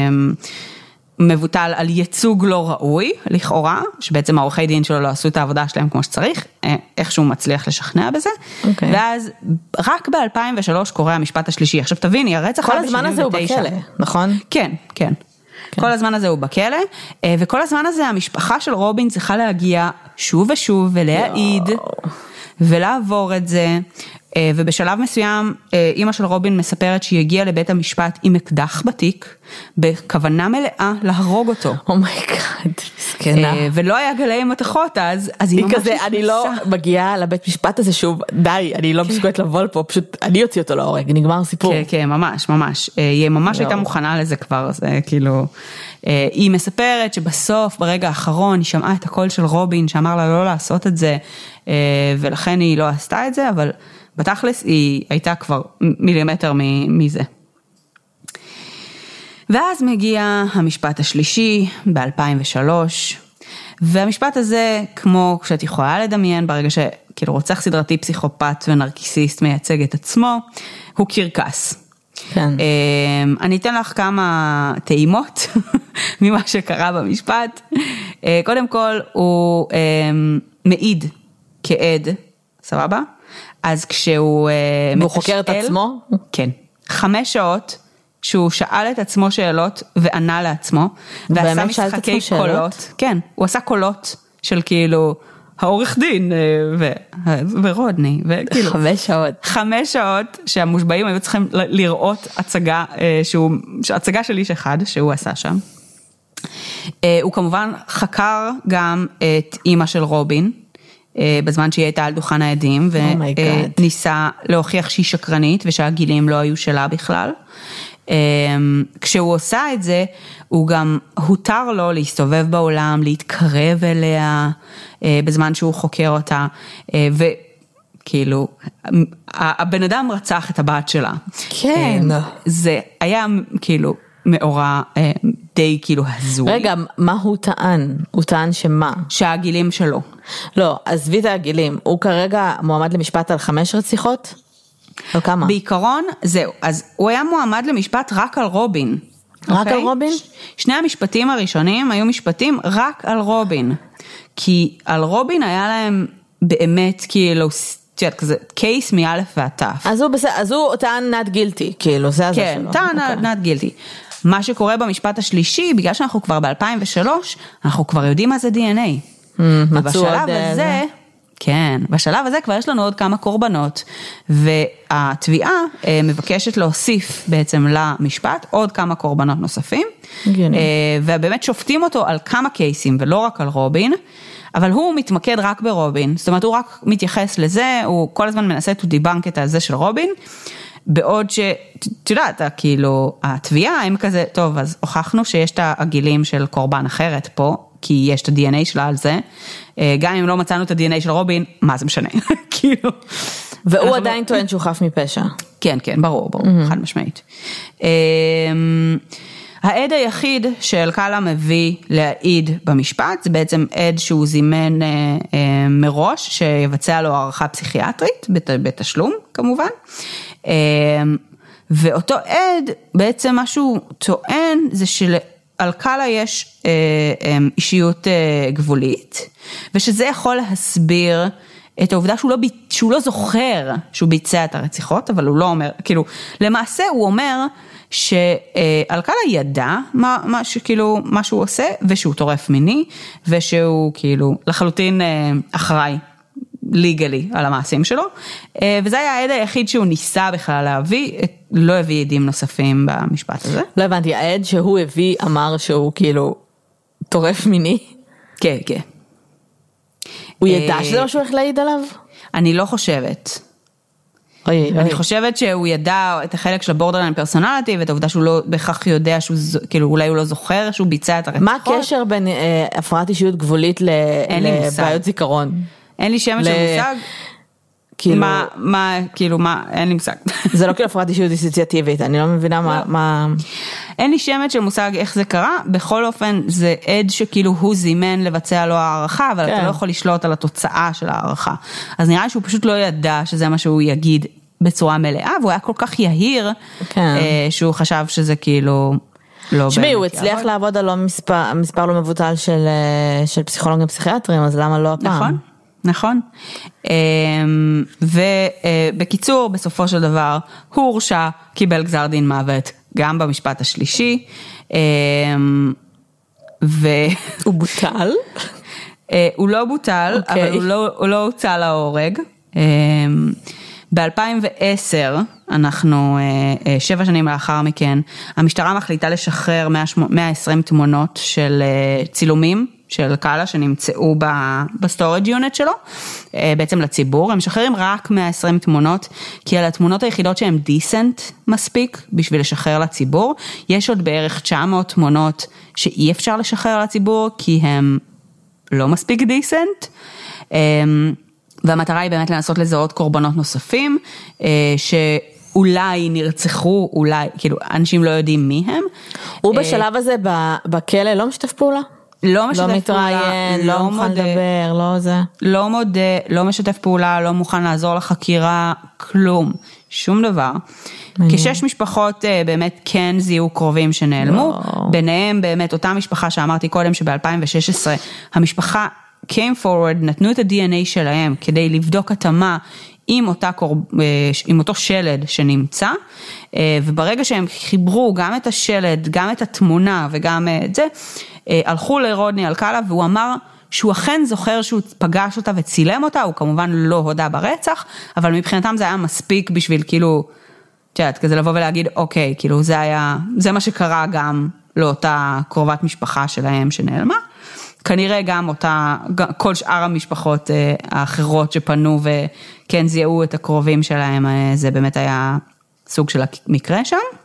מבוטל על ייצוג לא ראוי, לכאורה, שבעצם העורכי דין שלו לא עשו את העבודה שלהם כמו שצריך, איכשהו מצליח לשכנע בזה, ואז רק ב-2003 קורה המשפט השלישי. עכשיו תביני, הרצח
כל הזמן הזה הוא בכלא, נכון?
כן. כל הזמן הזה הוא בכלא, וכל הזמן הזה המשפחה של רובין צריכה להגיע שוב ושוב ולהעיד, ולעבור את זה, ובשלב מסוים אמא של רובין מספרת שהיא הגיעה לבית המשפט עם אקדח בתיק, בכוונה מלאה להרוג אותו.
אומייגאד, סכנה.
ולא היה גלי מתכות אז היא ממש
כזה, אני לא מגיעה לבית משפט הזה שוב, די, אני לא מסוגלת לבוא לפה, פשוט אני אוציא אותו להורג, נגמר סיפור.
כן, ממש. היא ממש הייתה מוכנה לזה כבר, זה כאילו, היא מספרת שבסוף, ברגע האחרון, היא שמעה את הקול של רובין, שאמר לה לא לעשות את זה, ולכן היא לא עשתה את זה, אבל בתכלס היא הייתה כבר מילימטר מזה. ואז מגיע המשפט השלישי ב-2003, והמשפט הזה, כמו שאת יכולה לדמיין, ברגע שכאילו רוצח סדרתי פסיכופת ונרקיסיסט מייצג את עצמו, הוא קרקס.
כן.
אני אתן לך כמה טעימות ממה שקרה במשפט. קודם כל, הוא מעיד כעד, סבבה? אז כשהוא
והוא חוקר את עצמו?
כן. 5 שעות שהוא שאל את עצמו שאלות וענה לעצמו, ועשה משחקי קולות. כן, הוא עשה קולות של כאילו העורך דין ורודני.
5 שעות.
5 שעות שהמושבעים היו צריכים לראות הצגה של איש אחד שהוא עשה שם. הוא כמובן חקר גם את אמא של רובין, בזמן שהיא הייתה על דוכן העדים, וניסה להוכיח שהיא שקרנית, ושהגילים לא היו שלה בכלל. כשהוא עושה את זה, הוא גם הותר לו להסתובב בעולם, להתקרב אליה, בזמן שהוא חוקר אותה, וכאילו, הבן אדם רצח את הבת שלה.
כן.
זה היה כאילו מאורע די כאילו הזוי.
רגע, מה הוא טען? הוא טען שמה?
שהגילים שלו.
לא, עזבי את הגילים. הוא כרגע מועמד למשפט על 5 רציחות? על כמה?
בעיקרון, זהו. אז הוא היה מועמד למשפט רק על רובין.
רק על רובין?
שני המשפטים הראשונים היו משפטים רק על רובין. כי על רובין היה להם באמת כאילו, כזה קייס מאלף ועד תף.
אז הוא טען not guilty, כאילו, זה הזה
כן,
שלו.
טען not guilty. מה שקורה במשפט השלישי, בגלל שאנחנו כבר ב-2003, אנחנו כבר יודעים מה זה DNA. ובשלב הזה, כן, בשלב הזה כבר יש לנו עוד כמה קורבנות, והתביעה מבקשת להוסיף בעצם למשפט עוד כמה קורבנות נוספים, ובאמת שופטים אותו על כמה קייסים, ולא רק על רובין, אבל הוא מתמקד רק ברובין, זאת אומרת הוא רק מתייחס לזה, הוא כל הזמן מנסה to debunk את הזה של רובין, בעוד את יודעת, כאילו, התביעה הם כזה, טוב, אז הוכחנו שיש את הגילים של קורבן אחרת פה, כי יש את ה-DNA שלה על זה, גם אם לא מצאנו את ה-DNA של רובין, מה זה משנה? כאילו.
והוא עדיין טוען שהוא חף מפשע.
כן, כן, ברור, חד משמעית. העד היחיד שאלקאלה מביא להעיד במשפט, זה בעצם עד שהוא זימן מראש, שיבצע לו הערכה פסיכיאטרית, בתשלום כמובן, ואותו עד, בעצם מה שהוא טוען, זה שלאלקאלה יש אישיות גבולית, ושזה יכול להסביר את העובדה שהוא לא זוכר שהוא ביצע את הרציחות, אבל הוא לא אומר, כאילו, למעשה הוא אומר שאלקאלה ידע מה שהוא עושה, ושהוא טורף מיני, ושהוא כאילו לחלוטין אחראי ליגלי על המעשים שלו, וזה היה העד היחיד שהוא ניסה בכלל להביא, לא הביא עדים נוספים במשפט הזה.
לא הבנתי, העד שהוא הביא אמר שהוא כאילו טורף מיני?
כן, כן.
הוא ידע שזה מה שהוא הולך להעיד עליו?
אני לא חושבת. אני חושבת שהוא ידע את החלק של הבורדרליין פרסונליטי, ואת העובדה שהוא לא בהכרח יודע, כאילו אולי הוא לא זוכר שהוא ביצע את הרציחות.
מה הקשר בין הפרעת אישיות גבולית לבעיות זיכרון?
אין לי שמץ של מושג. אין לי מושג.
זה לא כאילו הפרעת אישיות דיסוציאטיבית, אני לא מבינה מה...
אין לי שמץ של מושג איך זה קרה, בכל אופן זה עד שכאילו הוא זימן לבצע לו הערכה, אבל אתה לא יכול לשלוט על התוצאה של הערכה. אז נראה שהוא פשוט לא ידע שזה מה שהוא יגיד בצורה מלאה, והוא היה כל כך יהיר, שהוא חשב שזה כאילו...
שמי, הוא הצליח לעבוד על מספר לא מבוטל של פסיכולוגים פסיכיאטרים, אז למה לא הפעם?
נכון. נכון, ובקיצור בסופו של דבר הוא הורשע, קיבל גזר דין מוות גם במשפט השלישי,
הוא בוטל?
הוא לא בוטל, אבל הוא לא הוצא להורג. ב-2010, אנחנו 7 שנים לאחר מכן, המשטרה מחליטה לשחרר 120 תמונות של צילומים, של אלקאלה שנמצאו בסטורג' יוניט שלו, בעצם לציבור, הם משחררים רק 120 תמונות, כי על התמונות היחידות שהן דיסנט מספיק בשביל לשחרר לציבור, יש עוד בערך 900 תמונות שאי אפשר לשחרר לציבור, כי הן לא מספיק דיסנט, והמטרה היא באמת לנסות לזהות קורבנות נוספים, שאולי נרצחו, אולי, כאילו, אנשים לא יודעים מי הם.
הוא בשלב הזה בכלא לא משתף פעולה?
לא משתף
פעולה, מתראיין, לא מוכן לדבר, לא זה.
לא מודה, לא משתף פעולה, לא מוכן לעזור לחקירה, כלום, שום דבר. כ6 משפחות באמת כן זיהו קרובים שנעלמו, ביניהם באמת אותה משפחה שאמרתי קודם שב-2016, המשפחה came forward, נתנו את ה-DNA שלהם כדי לבדוק התאמה עם אותו שלד שנמצא, וברגע שהם חיברו גם את השלד, גם את התמונה וגם את זה, הלכו לרודני אלקאלה והוא אמר שהוא אכן זוכר שהוא פגש אותה וצילם אותה, הוא כמובן לא הודה ברצח, אבל מבחינתם זה היה מספיק בשביל כאילו, תיודעת, כזה לבוא ולהגיד, אוקיי, כאילו זה מה שקרה גם לאותה קרובת משפחה שלהם שנעלמה, כנראה גם כל שאר המשפחות האחרות שפנו וכן זיהו את הקרובים שלהם, זה באמת היה סוג של המקרה שם.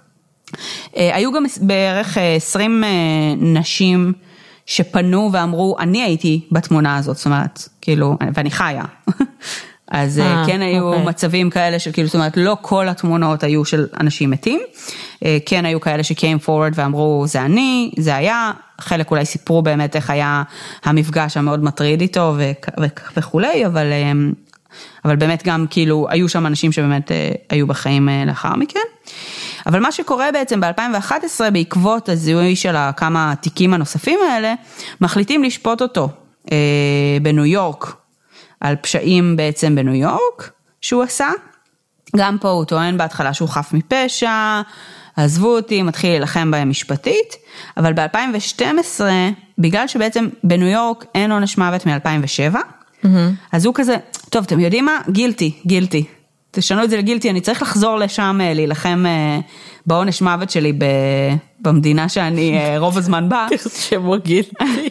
היו גם בערך 20 נשים שפנו ואמרו, אני הייתי בתמונה הזאת, זאת אומרת, כאילו, ואני חיה. אז כן היו מצבים כאלה של כאילו, זאת אומרת, לא כל התמונות היו של אנשים מתים, כן היו כאלה שקיים forward ואמרו, זה אני, זה היה, חלק אולי סיפרו באמת איך היה המפגש המאוד מטריד איתו וכולי, אבל באמת גם כאילו, היו שם אנשים שבאמת היו בחיים לאחר מכן. אבל מה שקורה בעצם ב-2011, בעקבות הזיהוי של כמה תיקים הנוספים האלה, מחליטים לשפוט אותו בניו יורק, על פשעים בעצם בניו יורק, שהוא עשה. גם פה הוא טוען בהתחלה שהוא חף מפשע, עזבו אותי, מתחיל להילחם בהם משפטית, אבל ב-2012, בגלל שבעצם בניו יורק אין עונש מוות מ-2007, אז הוא כזה, טוב, אתם יודעים מה? גילטי. תשנו את זה לגילטי, אני צריך לחזור לשם להילחם בעונש מוות שלי במדינה שאני רוב הזמן באה.
תרשמו גילטי.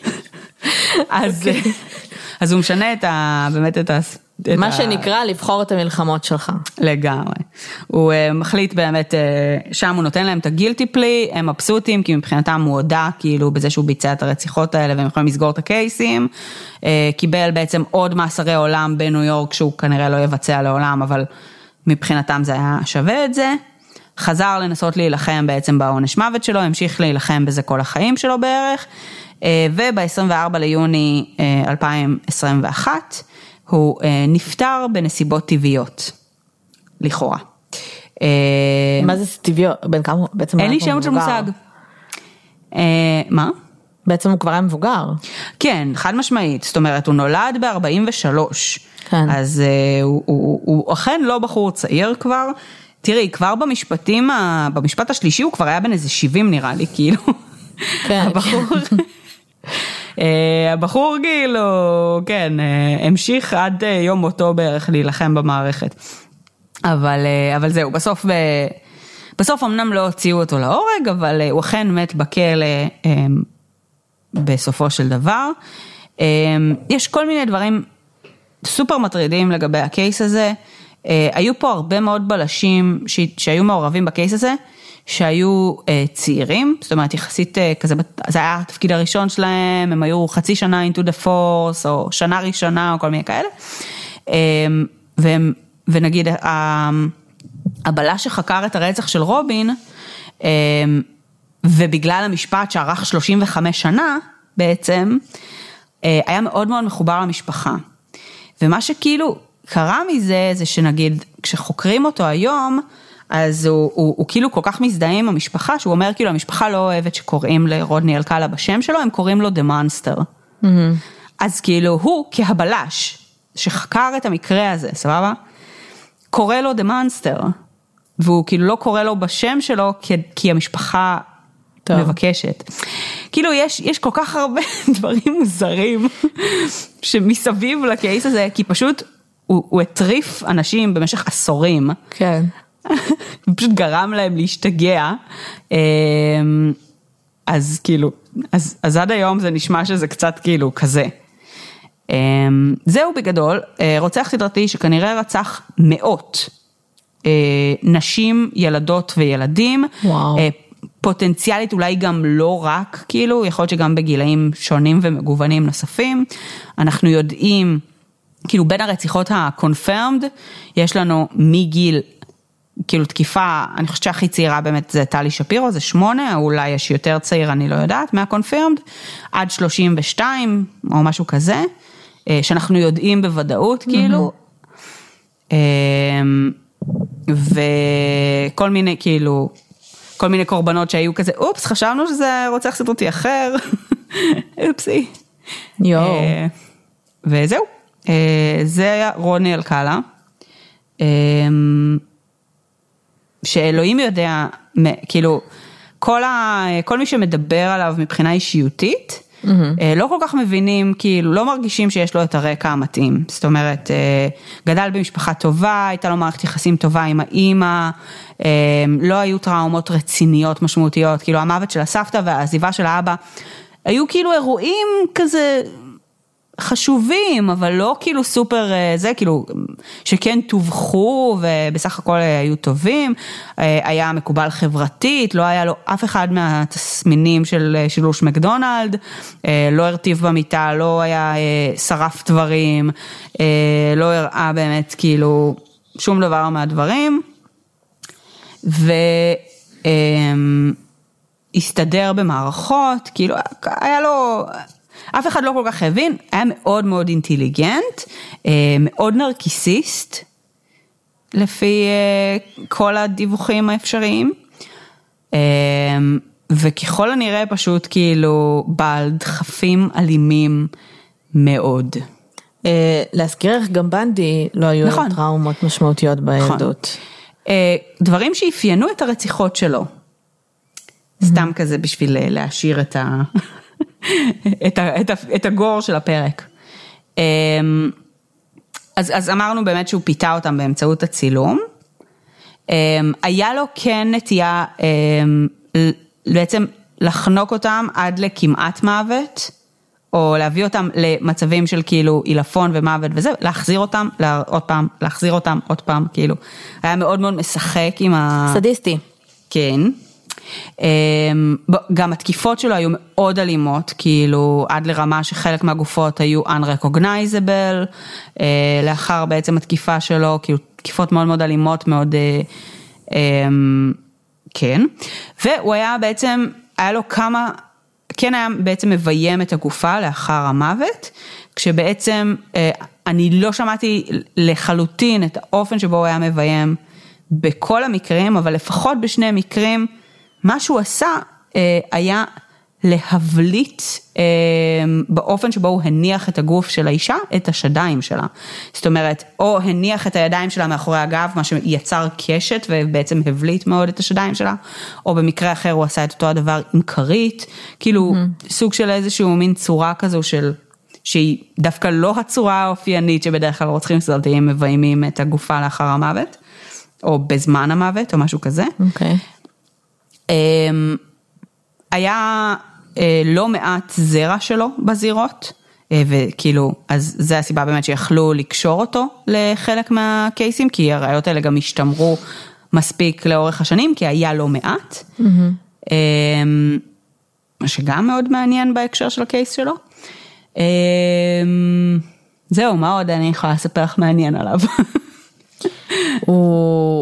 אז הוא משנה באמת את
מה שנקרא לבחור את המלחמות שלך.
לגמרי. הוא מחליט באמת, שם הוא נותן להם את הגילטי פלי, הם מבסוטים, כי מבחינתם הוא הודע כאילו בזה שהוא ביצע את הרציחות האלה, והם יכולים לסגור את הקייסים, קיבל בעצם עוד מאסרי עולם בניו יורק, שהוא כנראה לא יבצע לעולם, אבל מבחינתם זה היה שווה את זה, חזר לנסות להילחם בעצם בעונש מוות שלו, המשיך להילחם בזה כל החיים שלו בערך, וב-24 ליוני 2021, הוא נפטר בנסיבות טבעיות, לכאורה.
מה זה טבעיות? בין כמה?
אין לי שמות של מושג. מה?
בעצם הוא כבר היה מבוגר.
כן, חד משמעית. זאת אומרת, הוא נולד ב-43.
כן.
אז הוא אכן לא בחור צעיר כבר. תראי, כבר במשפט השלישי הוא כבר היה בן איזה 70 נראה לי, כאילו.
כן.
הבחור כאילו, כן, המשיך עד יום מותו בערך להילחם במערכת. אבל זהו, בסוף אמנם לא הוציאו אותו להורג, אבל הוא אכן מת בכלא בסופו של דבר. יש כל מיני דברים סופר מטרידים לגבי הקייס הזה. היו פה הרבה מאוד בלשים שהיו מעורבים בקייס הזה, שהיו צעירים, זאת אומרת יחסית כזה, זה היה התפקיד הראשון שלהם, הם היו חצי שנה into the force, או שנה ראשונה, או כל מיני כאלה, ונגיד, הבלש שחקר את הרצח של רובין, ובגלל המשפט שערך 35 שנה, בעצם, היה מאוד מאוד מחובר למשפחה, ומה שכאילו קרה מזה, זה שנגיד, כשחוקרים אותו היום, אז הוא כאילו כל כך מזדהה עם המשפחה, שהוא אומר כאילו המשפחה לא אוהבת שקוראים לרודני אלקאלה בשם שלו, הם קוראים לו The Monster. אז כאילו הוא כהבלש, שחקר את המקרה הזה, סבבה? קורא לו The Monster, והוא כאילו לא קורא לו בשם שלו, כי המשפחה מבקשת. כאילו יש כל כך הרבה דברים מוזרים, שמסביב לקייס הזה, כי פשוט הוא הטריף אנשים במשך עשורים.
כן.
פשוט גרם להם להשתגע, אז כאילו, אז עד היום זה נשמע שזה קצת כאילו כזה. זהו בגדול, רוצח סדרתי שכנראה רצח מאות נשים, ילדות וילדים, פוטנציאלית אולי גם לא רק, כאילו, יכול להיות שגם בגילאים שונים ומגוונים נוספים, אנחנו יודעים, כאילו בין הרציחות ה-confirmed, יש לנו מגיל, כאילו תקיפה, אני חושבת שהכי צעירה באמת זה טלי שפירו, זה 8, אולי יש יותר צעיר, אני לא יודעת, מה-confirmed, עד 32, או משהו כזה, שאנחנו יודעים בוודאות, כאילו, וכל מיני, כאילו, כל מיני קורבנות שהיו כזה, אופס, חשבנו שזה רוצח סדרתי אחר, אופסי. וזהו, זה היה רוני אלקאלה, שאלוהים יודע, כאילו, כל מי שמדבר עליו מבחינה אישיותית, לא כל כך מבינים, כאילו, לא מרגישים שיש לו את הרקע המתאים. זאת אומרת, גדל במשפחה טובה, הייתה לו מערכת יחסים טובה עם האמא, לא היו טראומות רציניות משמעותיות, כאילו, המוות של הסבתא והעזיבה של האבא, היו כאילו אירועים כזה חשובים, אבל לא כאילו סופר, זה כאילו, שכן תובחו, ובסך הכל היו טובים, היה מקובל חברתית, לא היה לו אף אחד מהתסמינים של שילוש מקדונלד, לא הרטיב במיטה, לא היה שרף דברים, לא הראה באמת כאילו שום דבר מהדברים, והסתדר במערכות, כאילו היה לו... אף אחד לא כל כך הבין, היה מאוד מאוד אינטליגנט, מאוד נרקיסיסט, לפי כל הדיווחים האפשריים, וככל הנראה פשוט כאילו בעל דחפים אלימים מאוד.
להזכיר איך גם בנדי לא היו טראומות משמעותיות בילדות.
דברים שאפיינו את הרציחות שלו, סתם כזה בשביל להשאיר את הגור של הפרק. אז אמרנו באמת שהוא פיתה אותם באמצעות הצילום. היה לו כן נטייה בעצם לחנוק אותם עד לכמעט מוות, או להביא אותם למצבים של כאילו אילפון ומוות וזה, להחזיר אותם עוד פעם, להחזיר אותם עוד פעם, כאילו. היה מאוד מאוד משחק עם
סדיסטי.
כן. גם התקיפות שלו היו מאוד אלימות, כאילו עד לרמה שחלק מהגופות היו unrecognizable, לאחר בעצם התקיפה שלו, כאילו תקיפות מאוד מאוד אלימות, מאוד, כן, והוא היה בעצם, היה לו כמה, כן היה בעצם מביים את הגופה לאחר המוות, כשבעצם אני לא שמעתי לחלוטין את האופן שבו הוא היה מביים בכל המקרים, אבל לפחות בשני מקרים, מה שהוא עשה היה להבליט באופן שבו הוא הניח את הגוף של האישה, את השדיים שלה. זאת אומרת, או הניח את הידיים שלה מאחורי הגב, מה שיצר קשת ובעצם הבליט מאוד את השדיים שלה, או במקרה אחר הוא עשה את אותו הדבר עם כרית, כאילו סוג של איזשהו מין צורה כזו שהיא דווקא לא הצורה האופיינית שבדרך כלל רוצחים סדרתיים מביימים את הגופה לאחר המוות, או בזמן המוות או משהו כזה.
אוקיי.
היה לא מעט זרע שלו בזירות, וכאילו, אז זה הסיבה באמת שיכלו לקשור אותו לחלק מהקייסים, כי הראיות האלה גם השתמרו מספיק לאורך השנים, כי היה לא מעט, מה שגם מאוד מעניין בהקשר של הקייס שלו. זהו, מה עוד אני יכולה לספר לך מעניין עליו?
הוא...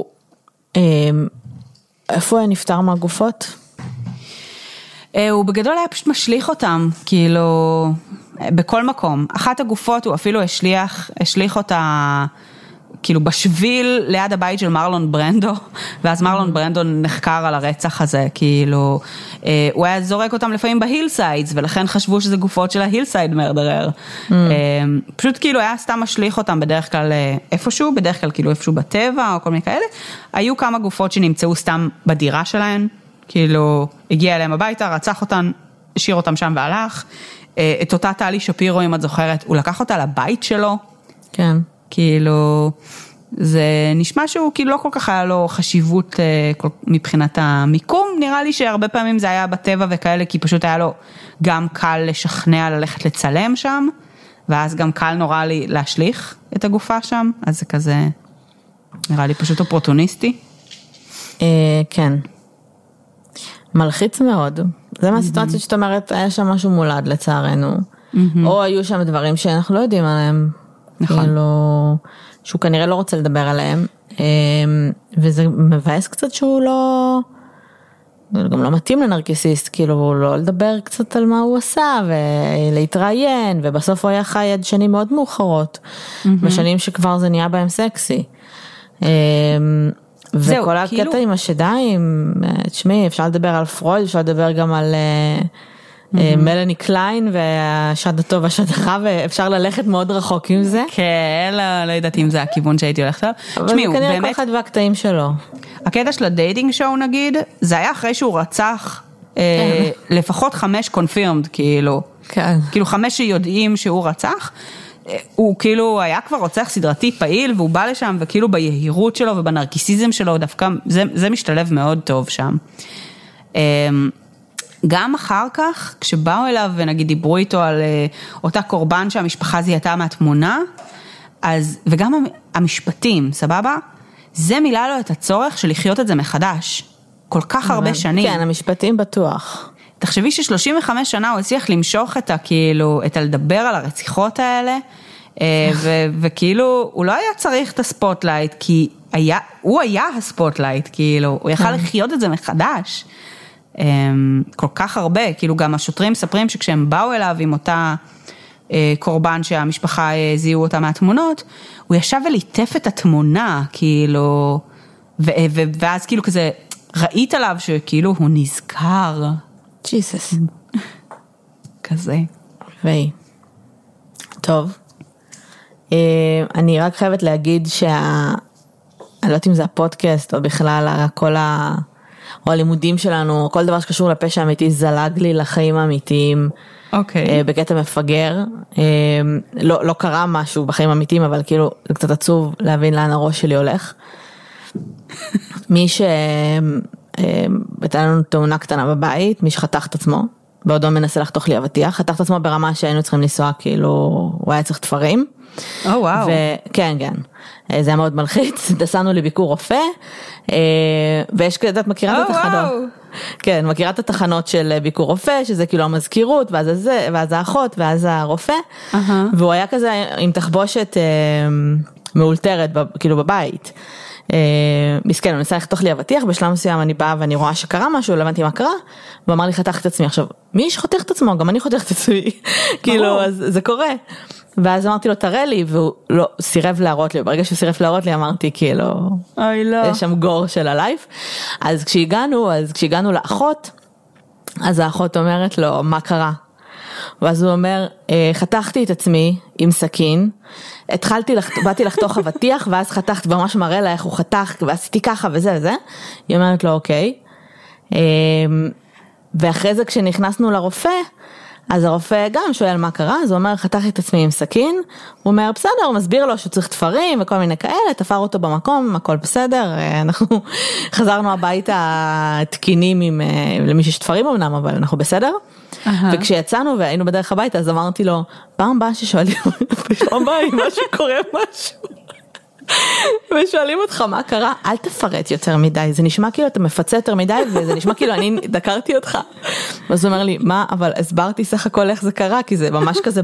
איפה היה נפטר מהגופות?
הוא בגדול היה פשוט משליך אותם, כאילו, בכל מקום. אחת הגופות הוא אפילו השליך אותה, כאילו, בשביל ליד הבית של מרלון ברנדו, ואז מרלון ברנדו נחקר על הרצח הזה, כאילו, הוא היה זורק אותם לפעמים בהילסיידס, ולכן חשבו שזה גופות של ההילסייד מרדרר. פשוט כאילו היה סתם משליך אותם בדרך כלל איפשהו, בדרך כלל כאילו איפשהו בטבע או כל מיני כאלה. היו כמה גופות שנמצאו סתם בדירה שלהן, כאילו הגיע אליהם הביתה, רצח אותן, השאיר אותם שם והלך. את אותה טלי שפירו, אם את זוכרת, הוא לקח אותה לבית שלו.
כן.
כאילו, זה נשמע שהוא כאילו לא כל כך היה לו חשיבות מבחינת המיקום, נראה לי שהרבה פעמים זה היה בטבע וכאלה, כי פשוט היה לו גם קל לשכנע ללכת לצלם שם, ואז גם קל נורא לי להשליך את הגופה שם, אז זה כזה, נראה לי פשוט אופורטוניסטי.
כן. מלחיץ מאוד. זה מהסיטואציה שאת אומרת, היה שם משהו מולד לצערנו, או היו שם דברים שאנחנו לא יודעים עליהם. נכון. כאילו, שהוא כנראה לא רוצה לדבר עליהם, וזה מבאס קצת שהוא לא, גם לא מתאים לנרקיסיסט, כאילו לא לדבר קצת על מה הוא עשה, ולהתראיין, ובסוף הוא היה חי עד שנים מאוד מאוחרות, בשנים שכבר זה נהיה בהם סקסי. וכל הקטע עם השדיים, תשמעי, אפשר לדבר על פרויד, אפשר לדבר גם על מלאני קליין והשד הטוב והשד הרע, ואפשר ללכת מאוד רחוק עם זה.
כן, לא יודעת אם זה הכיוון שהייתי הולכת עליו.
אבל כנראה כל אחד והקטעים שלו.
הקטע של הדייטינג שואו נגיד, זה היה אחרי שהוא רצח לפחות 5 confirmed, כאילו.
כן.
כאילו 5 שיודעים שהוא רצח. הוא כאילו היה כבר רוצח סדרתי פעיל, והוא בא לשם, וכאילו ביהירות שלו ובנרקיסיזם שלו, דווקא זה משתלב מאוד טוב שם. גם אחר כך, כשבאו אליו ונגיד דיברו איתו על אותה קורבן שהמשפחה זיהתה מהתמונה, אז, וגם המשפטים, סבבה? זה מילא לו את הצורך של לחיות את זה מחדש. כל כך הרבה שנים.
כן, המשפטים בטוח.
תחשבי ש35 שנה הוא הצליח למשוך את כאילו, את לדבר על הרציחות האלה, וכאילו, הוא לא היה צריך את הספוטלייט, כי הוא היה הספוטלייט, כאילו, הוא יכל לחיות את זה מחדש. כל כך הרבה, כאילו גם השוטרים מספרים שכשהם באו אליו עם אותה קורבן שהמשפחה זיהו אותה מהתמונות, הוא ישב וליטף את התמונה, כאילו, ואז כאילו כזה, ראית עליו שכאילו הוא נזכר.
ג'יסוס.
כזה.
ואי. טוב. אני רק חייבת להגיד אני לא יודעת אם זה הפודקאסט, או בכלל או הלימודים שלנו, כל דבר שקשור לפשע אמיתי, זלג לי לחיים האמיתיים.
אוקיי.
בקטע מפגר. לא קרה משהו בחיים האמיתיים, אבל כאילו, זה קצת עצוב להבין לאן הראש שלי הולך. מי הייתה לנו תאונה קטנה בבית, מי שחתך את עצמו, בעודו מנסה לחתוך לי אבטיח, חתך את עצמו ברמה שהיינו צריכים לנסוע, כאילו, הוא היה צריך תפרים.
וואו.
כן, כן. זה היה מאוד מלחיץ, דסנו לביקור רופא, ויש כזה, את מכירה את התחנות? כן, מכירה את התחנות של ביקור רופא, שזה כאילו המזכירות, ואז האחות, ואז הרופא, והוא היה כזה עם תחבושת מאולתרת, כאילו בבית. מסכן, הוא ניסה לחתוך לי אבטיח, בשלב מסוים אני באה ואני רואה שקרה משהו, לא הבנתי מה קרה, והוא אמר לי חתך את עצמי. עכשיו, מי שחותך את עצמו? גם אני חותך את עצמי. כאילו, אז זה קורה. ואז אמרתי לו, תראה לי, והוא לא, סירב להראות לי, ברגע שהוא סירב להראות לי, אמרתי, כאילו,
אוי לא.
יש שם גור של הלייף. אז כשהגענו לאחות, אז האחות אומרת לו, מה קרה? ואז הוא אומר, חתכתי את עצמי עם סכין, באתי לחתוך אבטיח, ואז חתכתי, ממש מראה לה איך הוא חתך, ועשיתי ככה וזה וזה. היא אומרת לו, אוקיי. ואחרי זה כשנכנסנו לרופא, אז הרופא גם שואל מה קרה, אז הוא אומר, חתכתי את עצמי עם סכין, הוא אומר, בסדר, הוא מסביר לו שהוא צריך תפרים וכל מיני כאלה, תפר אותו במקום, הכל בסדר, אנחנו חזרנו הביתה תקינים למי שיש תפרים אמנם, אבל אנחנו בסדר. וכשיצאנו והיינו בדרך הביתה, אז אמרתי לו, פעם באה ששואלים, פעם באה אם משהו קורה משהו, ושואלים אותך מה קרה, אל תפרט יותר מדי, זה נשמע כאילו אתה מפצה יותר מדי, וזה נשמע כאילו אני דקרתי אותך. אז הוא אומר לי, מה, אבל הסברתי סך הכל איך זה קרה, כי זה ממש כזה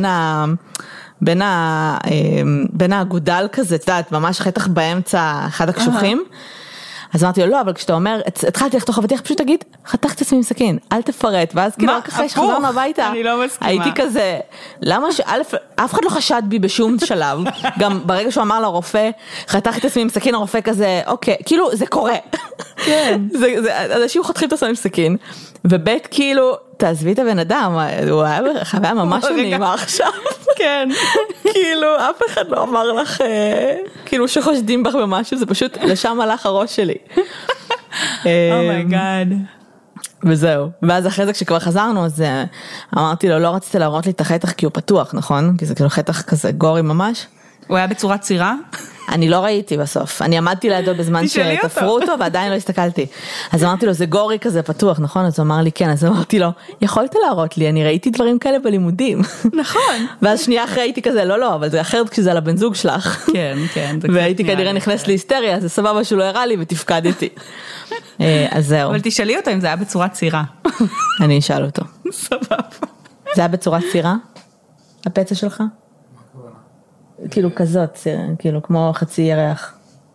בין האגודל כזה, אתה יודעת, ממש חתך באמצע אחד הקשוחים. אז אמרתי לו, לא, אבל כשאתה אומר, התחלתי לחתוך אבטיח, פשוט תגיד, חתכת עצמי עם סכין, אל תפרט, ואז כאילו רק אחרי שחזרנו הביתה,
אני לא מסכימה.
הייתי כזה, למה אף אחד לא חשד בי בשום שלב, גם ברגע שהוא אמר לרופא, חתכתי את עצמי עם סכין, הרופא כזה, אוקיי, כאילו, זה קורה. כן. אנשים חותכים את עצמם עם סכין, ובית כאילו, תעזבי את הבן אדם, הוא היה חוויה ממש נעימה עכשיו.
כן.
כאילו, אף אחד לא אמר לך, כאילו שחושדים בך במשהו, זה פשוט לשם הלך הראש שלי.
אומייגאד.
וזהו. ואז אחרי זה כשכבר חזרנו, אז אמרתי לו, לא רציתי להראות לי את החתך כי הוא פתוח, נכון? כי זה כאילו חתך כזה גורי ממש.
הוא היה בצורת צירה?
אני לא ראיתי בסוף, אני עמדתי לידו בזמן שתפרו אותו ועדיין לא הסתכלתי. אז אמרתי לו, זה גורי כזה פתוח, נכון? אז הוא אמר לי, כן, אז אמרתי לו, יכולת להראות לי, אני ראיתי דברים כאלה בלימודים.
נכון.
ואז שנייה אחרי הייתי כזה, לא, אבל זה אחרת כשזה על הבן זוג שלך.
כן, כן.
והייתי כנראה נכנס להיסטריה, אז זה סבבה שהוא לא הראה לי ותפקדתי. אז זהו.
אבל תשאלי אותו אם זה היה בצורת צירה.
אני אשאל אותו.
סבבה. זה
היה בצורת צירה? הפצע שלך? כאילו כזאת, כאילו כמו חצי ירח.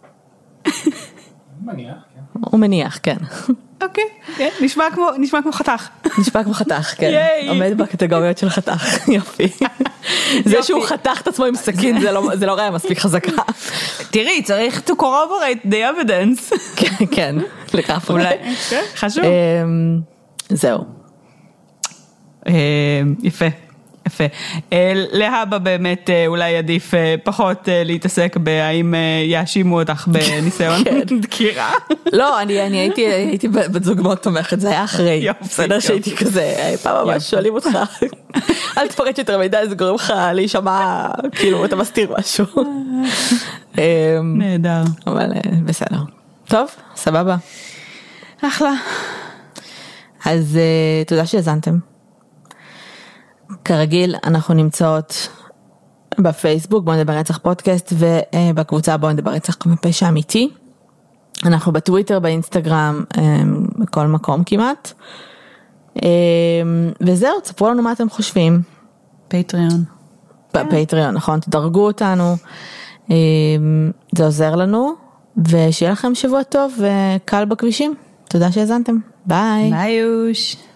מניח, כן.
הוא מניח, כן.
אוקיי, נשמע כמו חתך.
נשמע כמו חתך, כן. עומד בקטגוריות של חתך, יופי. זה שהוא חתך את עצמו עם סכין, זה לא ראה מספיק חזקה.
תראי, צריך to corroborate the evidence.
כן, כן, לכף.
אולי, חשוב.
זהו.
יפה. יפה. להבא באמת אולי עדיף פחות להתעסק בהאם יאשימו אותך בניסיון דקירה.
לא, אני הייתי בת זוג מאוד תומכת, זה היה אחרי. בסדר שהייתי כזה, פעם הבאה שואלים אותך, אל תפרט יותר מידע, זה גורם לך להישמע, כאילו אתה מסתיר משהו.
נהדר.
אבל בסדר. טוב, סבבה.
אחלה.
אז תודה שהזנתם. כרגיל אנחנו נמצאות בפייסבוק בוא נדבר רצח פודקאסט, ובקבוצה בוא נדבר רצח מפשע אמיתי. אנחנו בטוויטר, באינסטגרם, בכל מקום כמעט. וזהו, תספרו לנו מה אתם חושבים.
פטריון.
בפטריון, נכון, תדרגו אותנו. זה עוזר לנו, ושיהיה לכם שבוע טוב וקל בכבישים. תודה שהזנתם. ביי.
ביי יוש.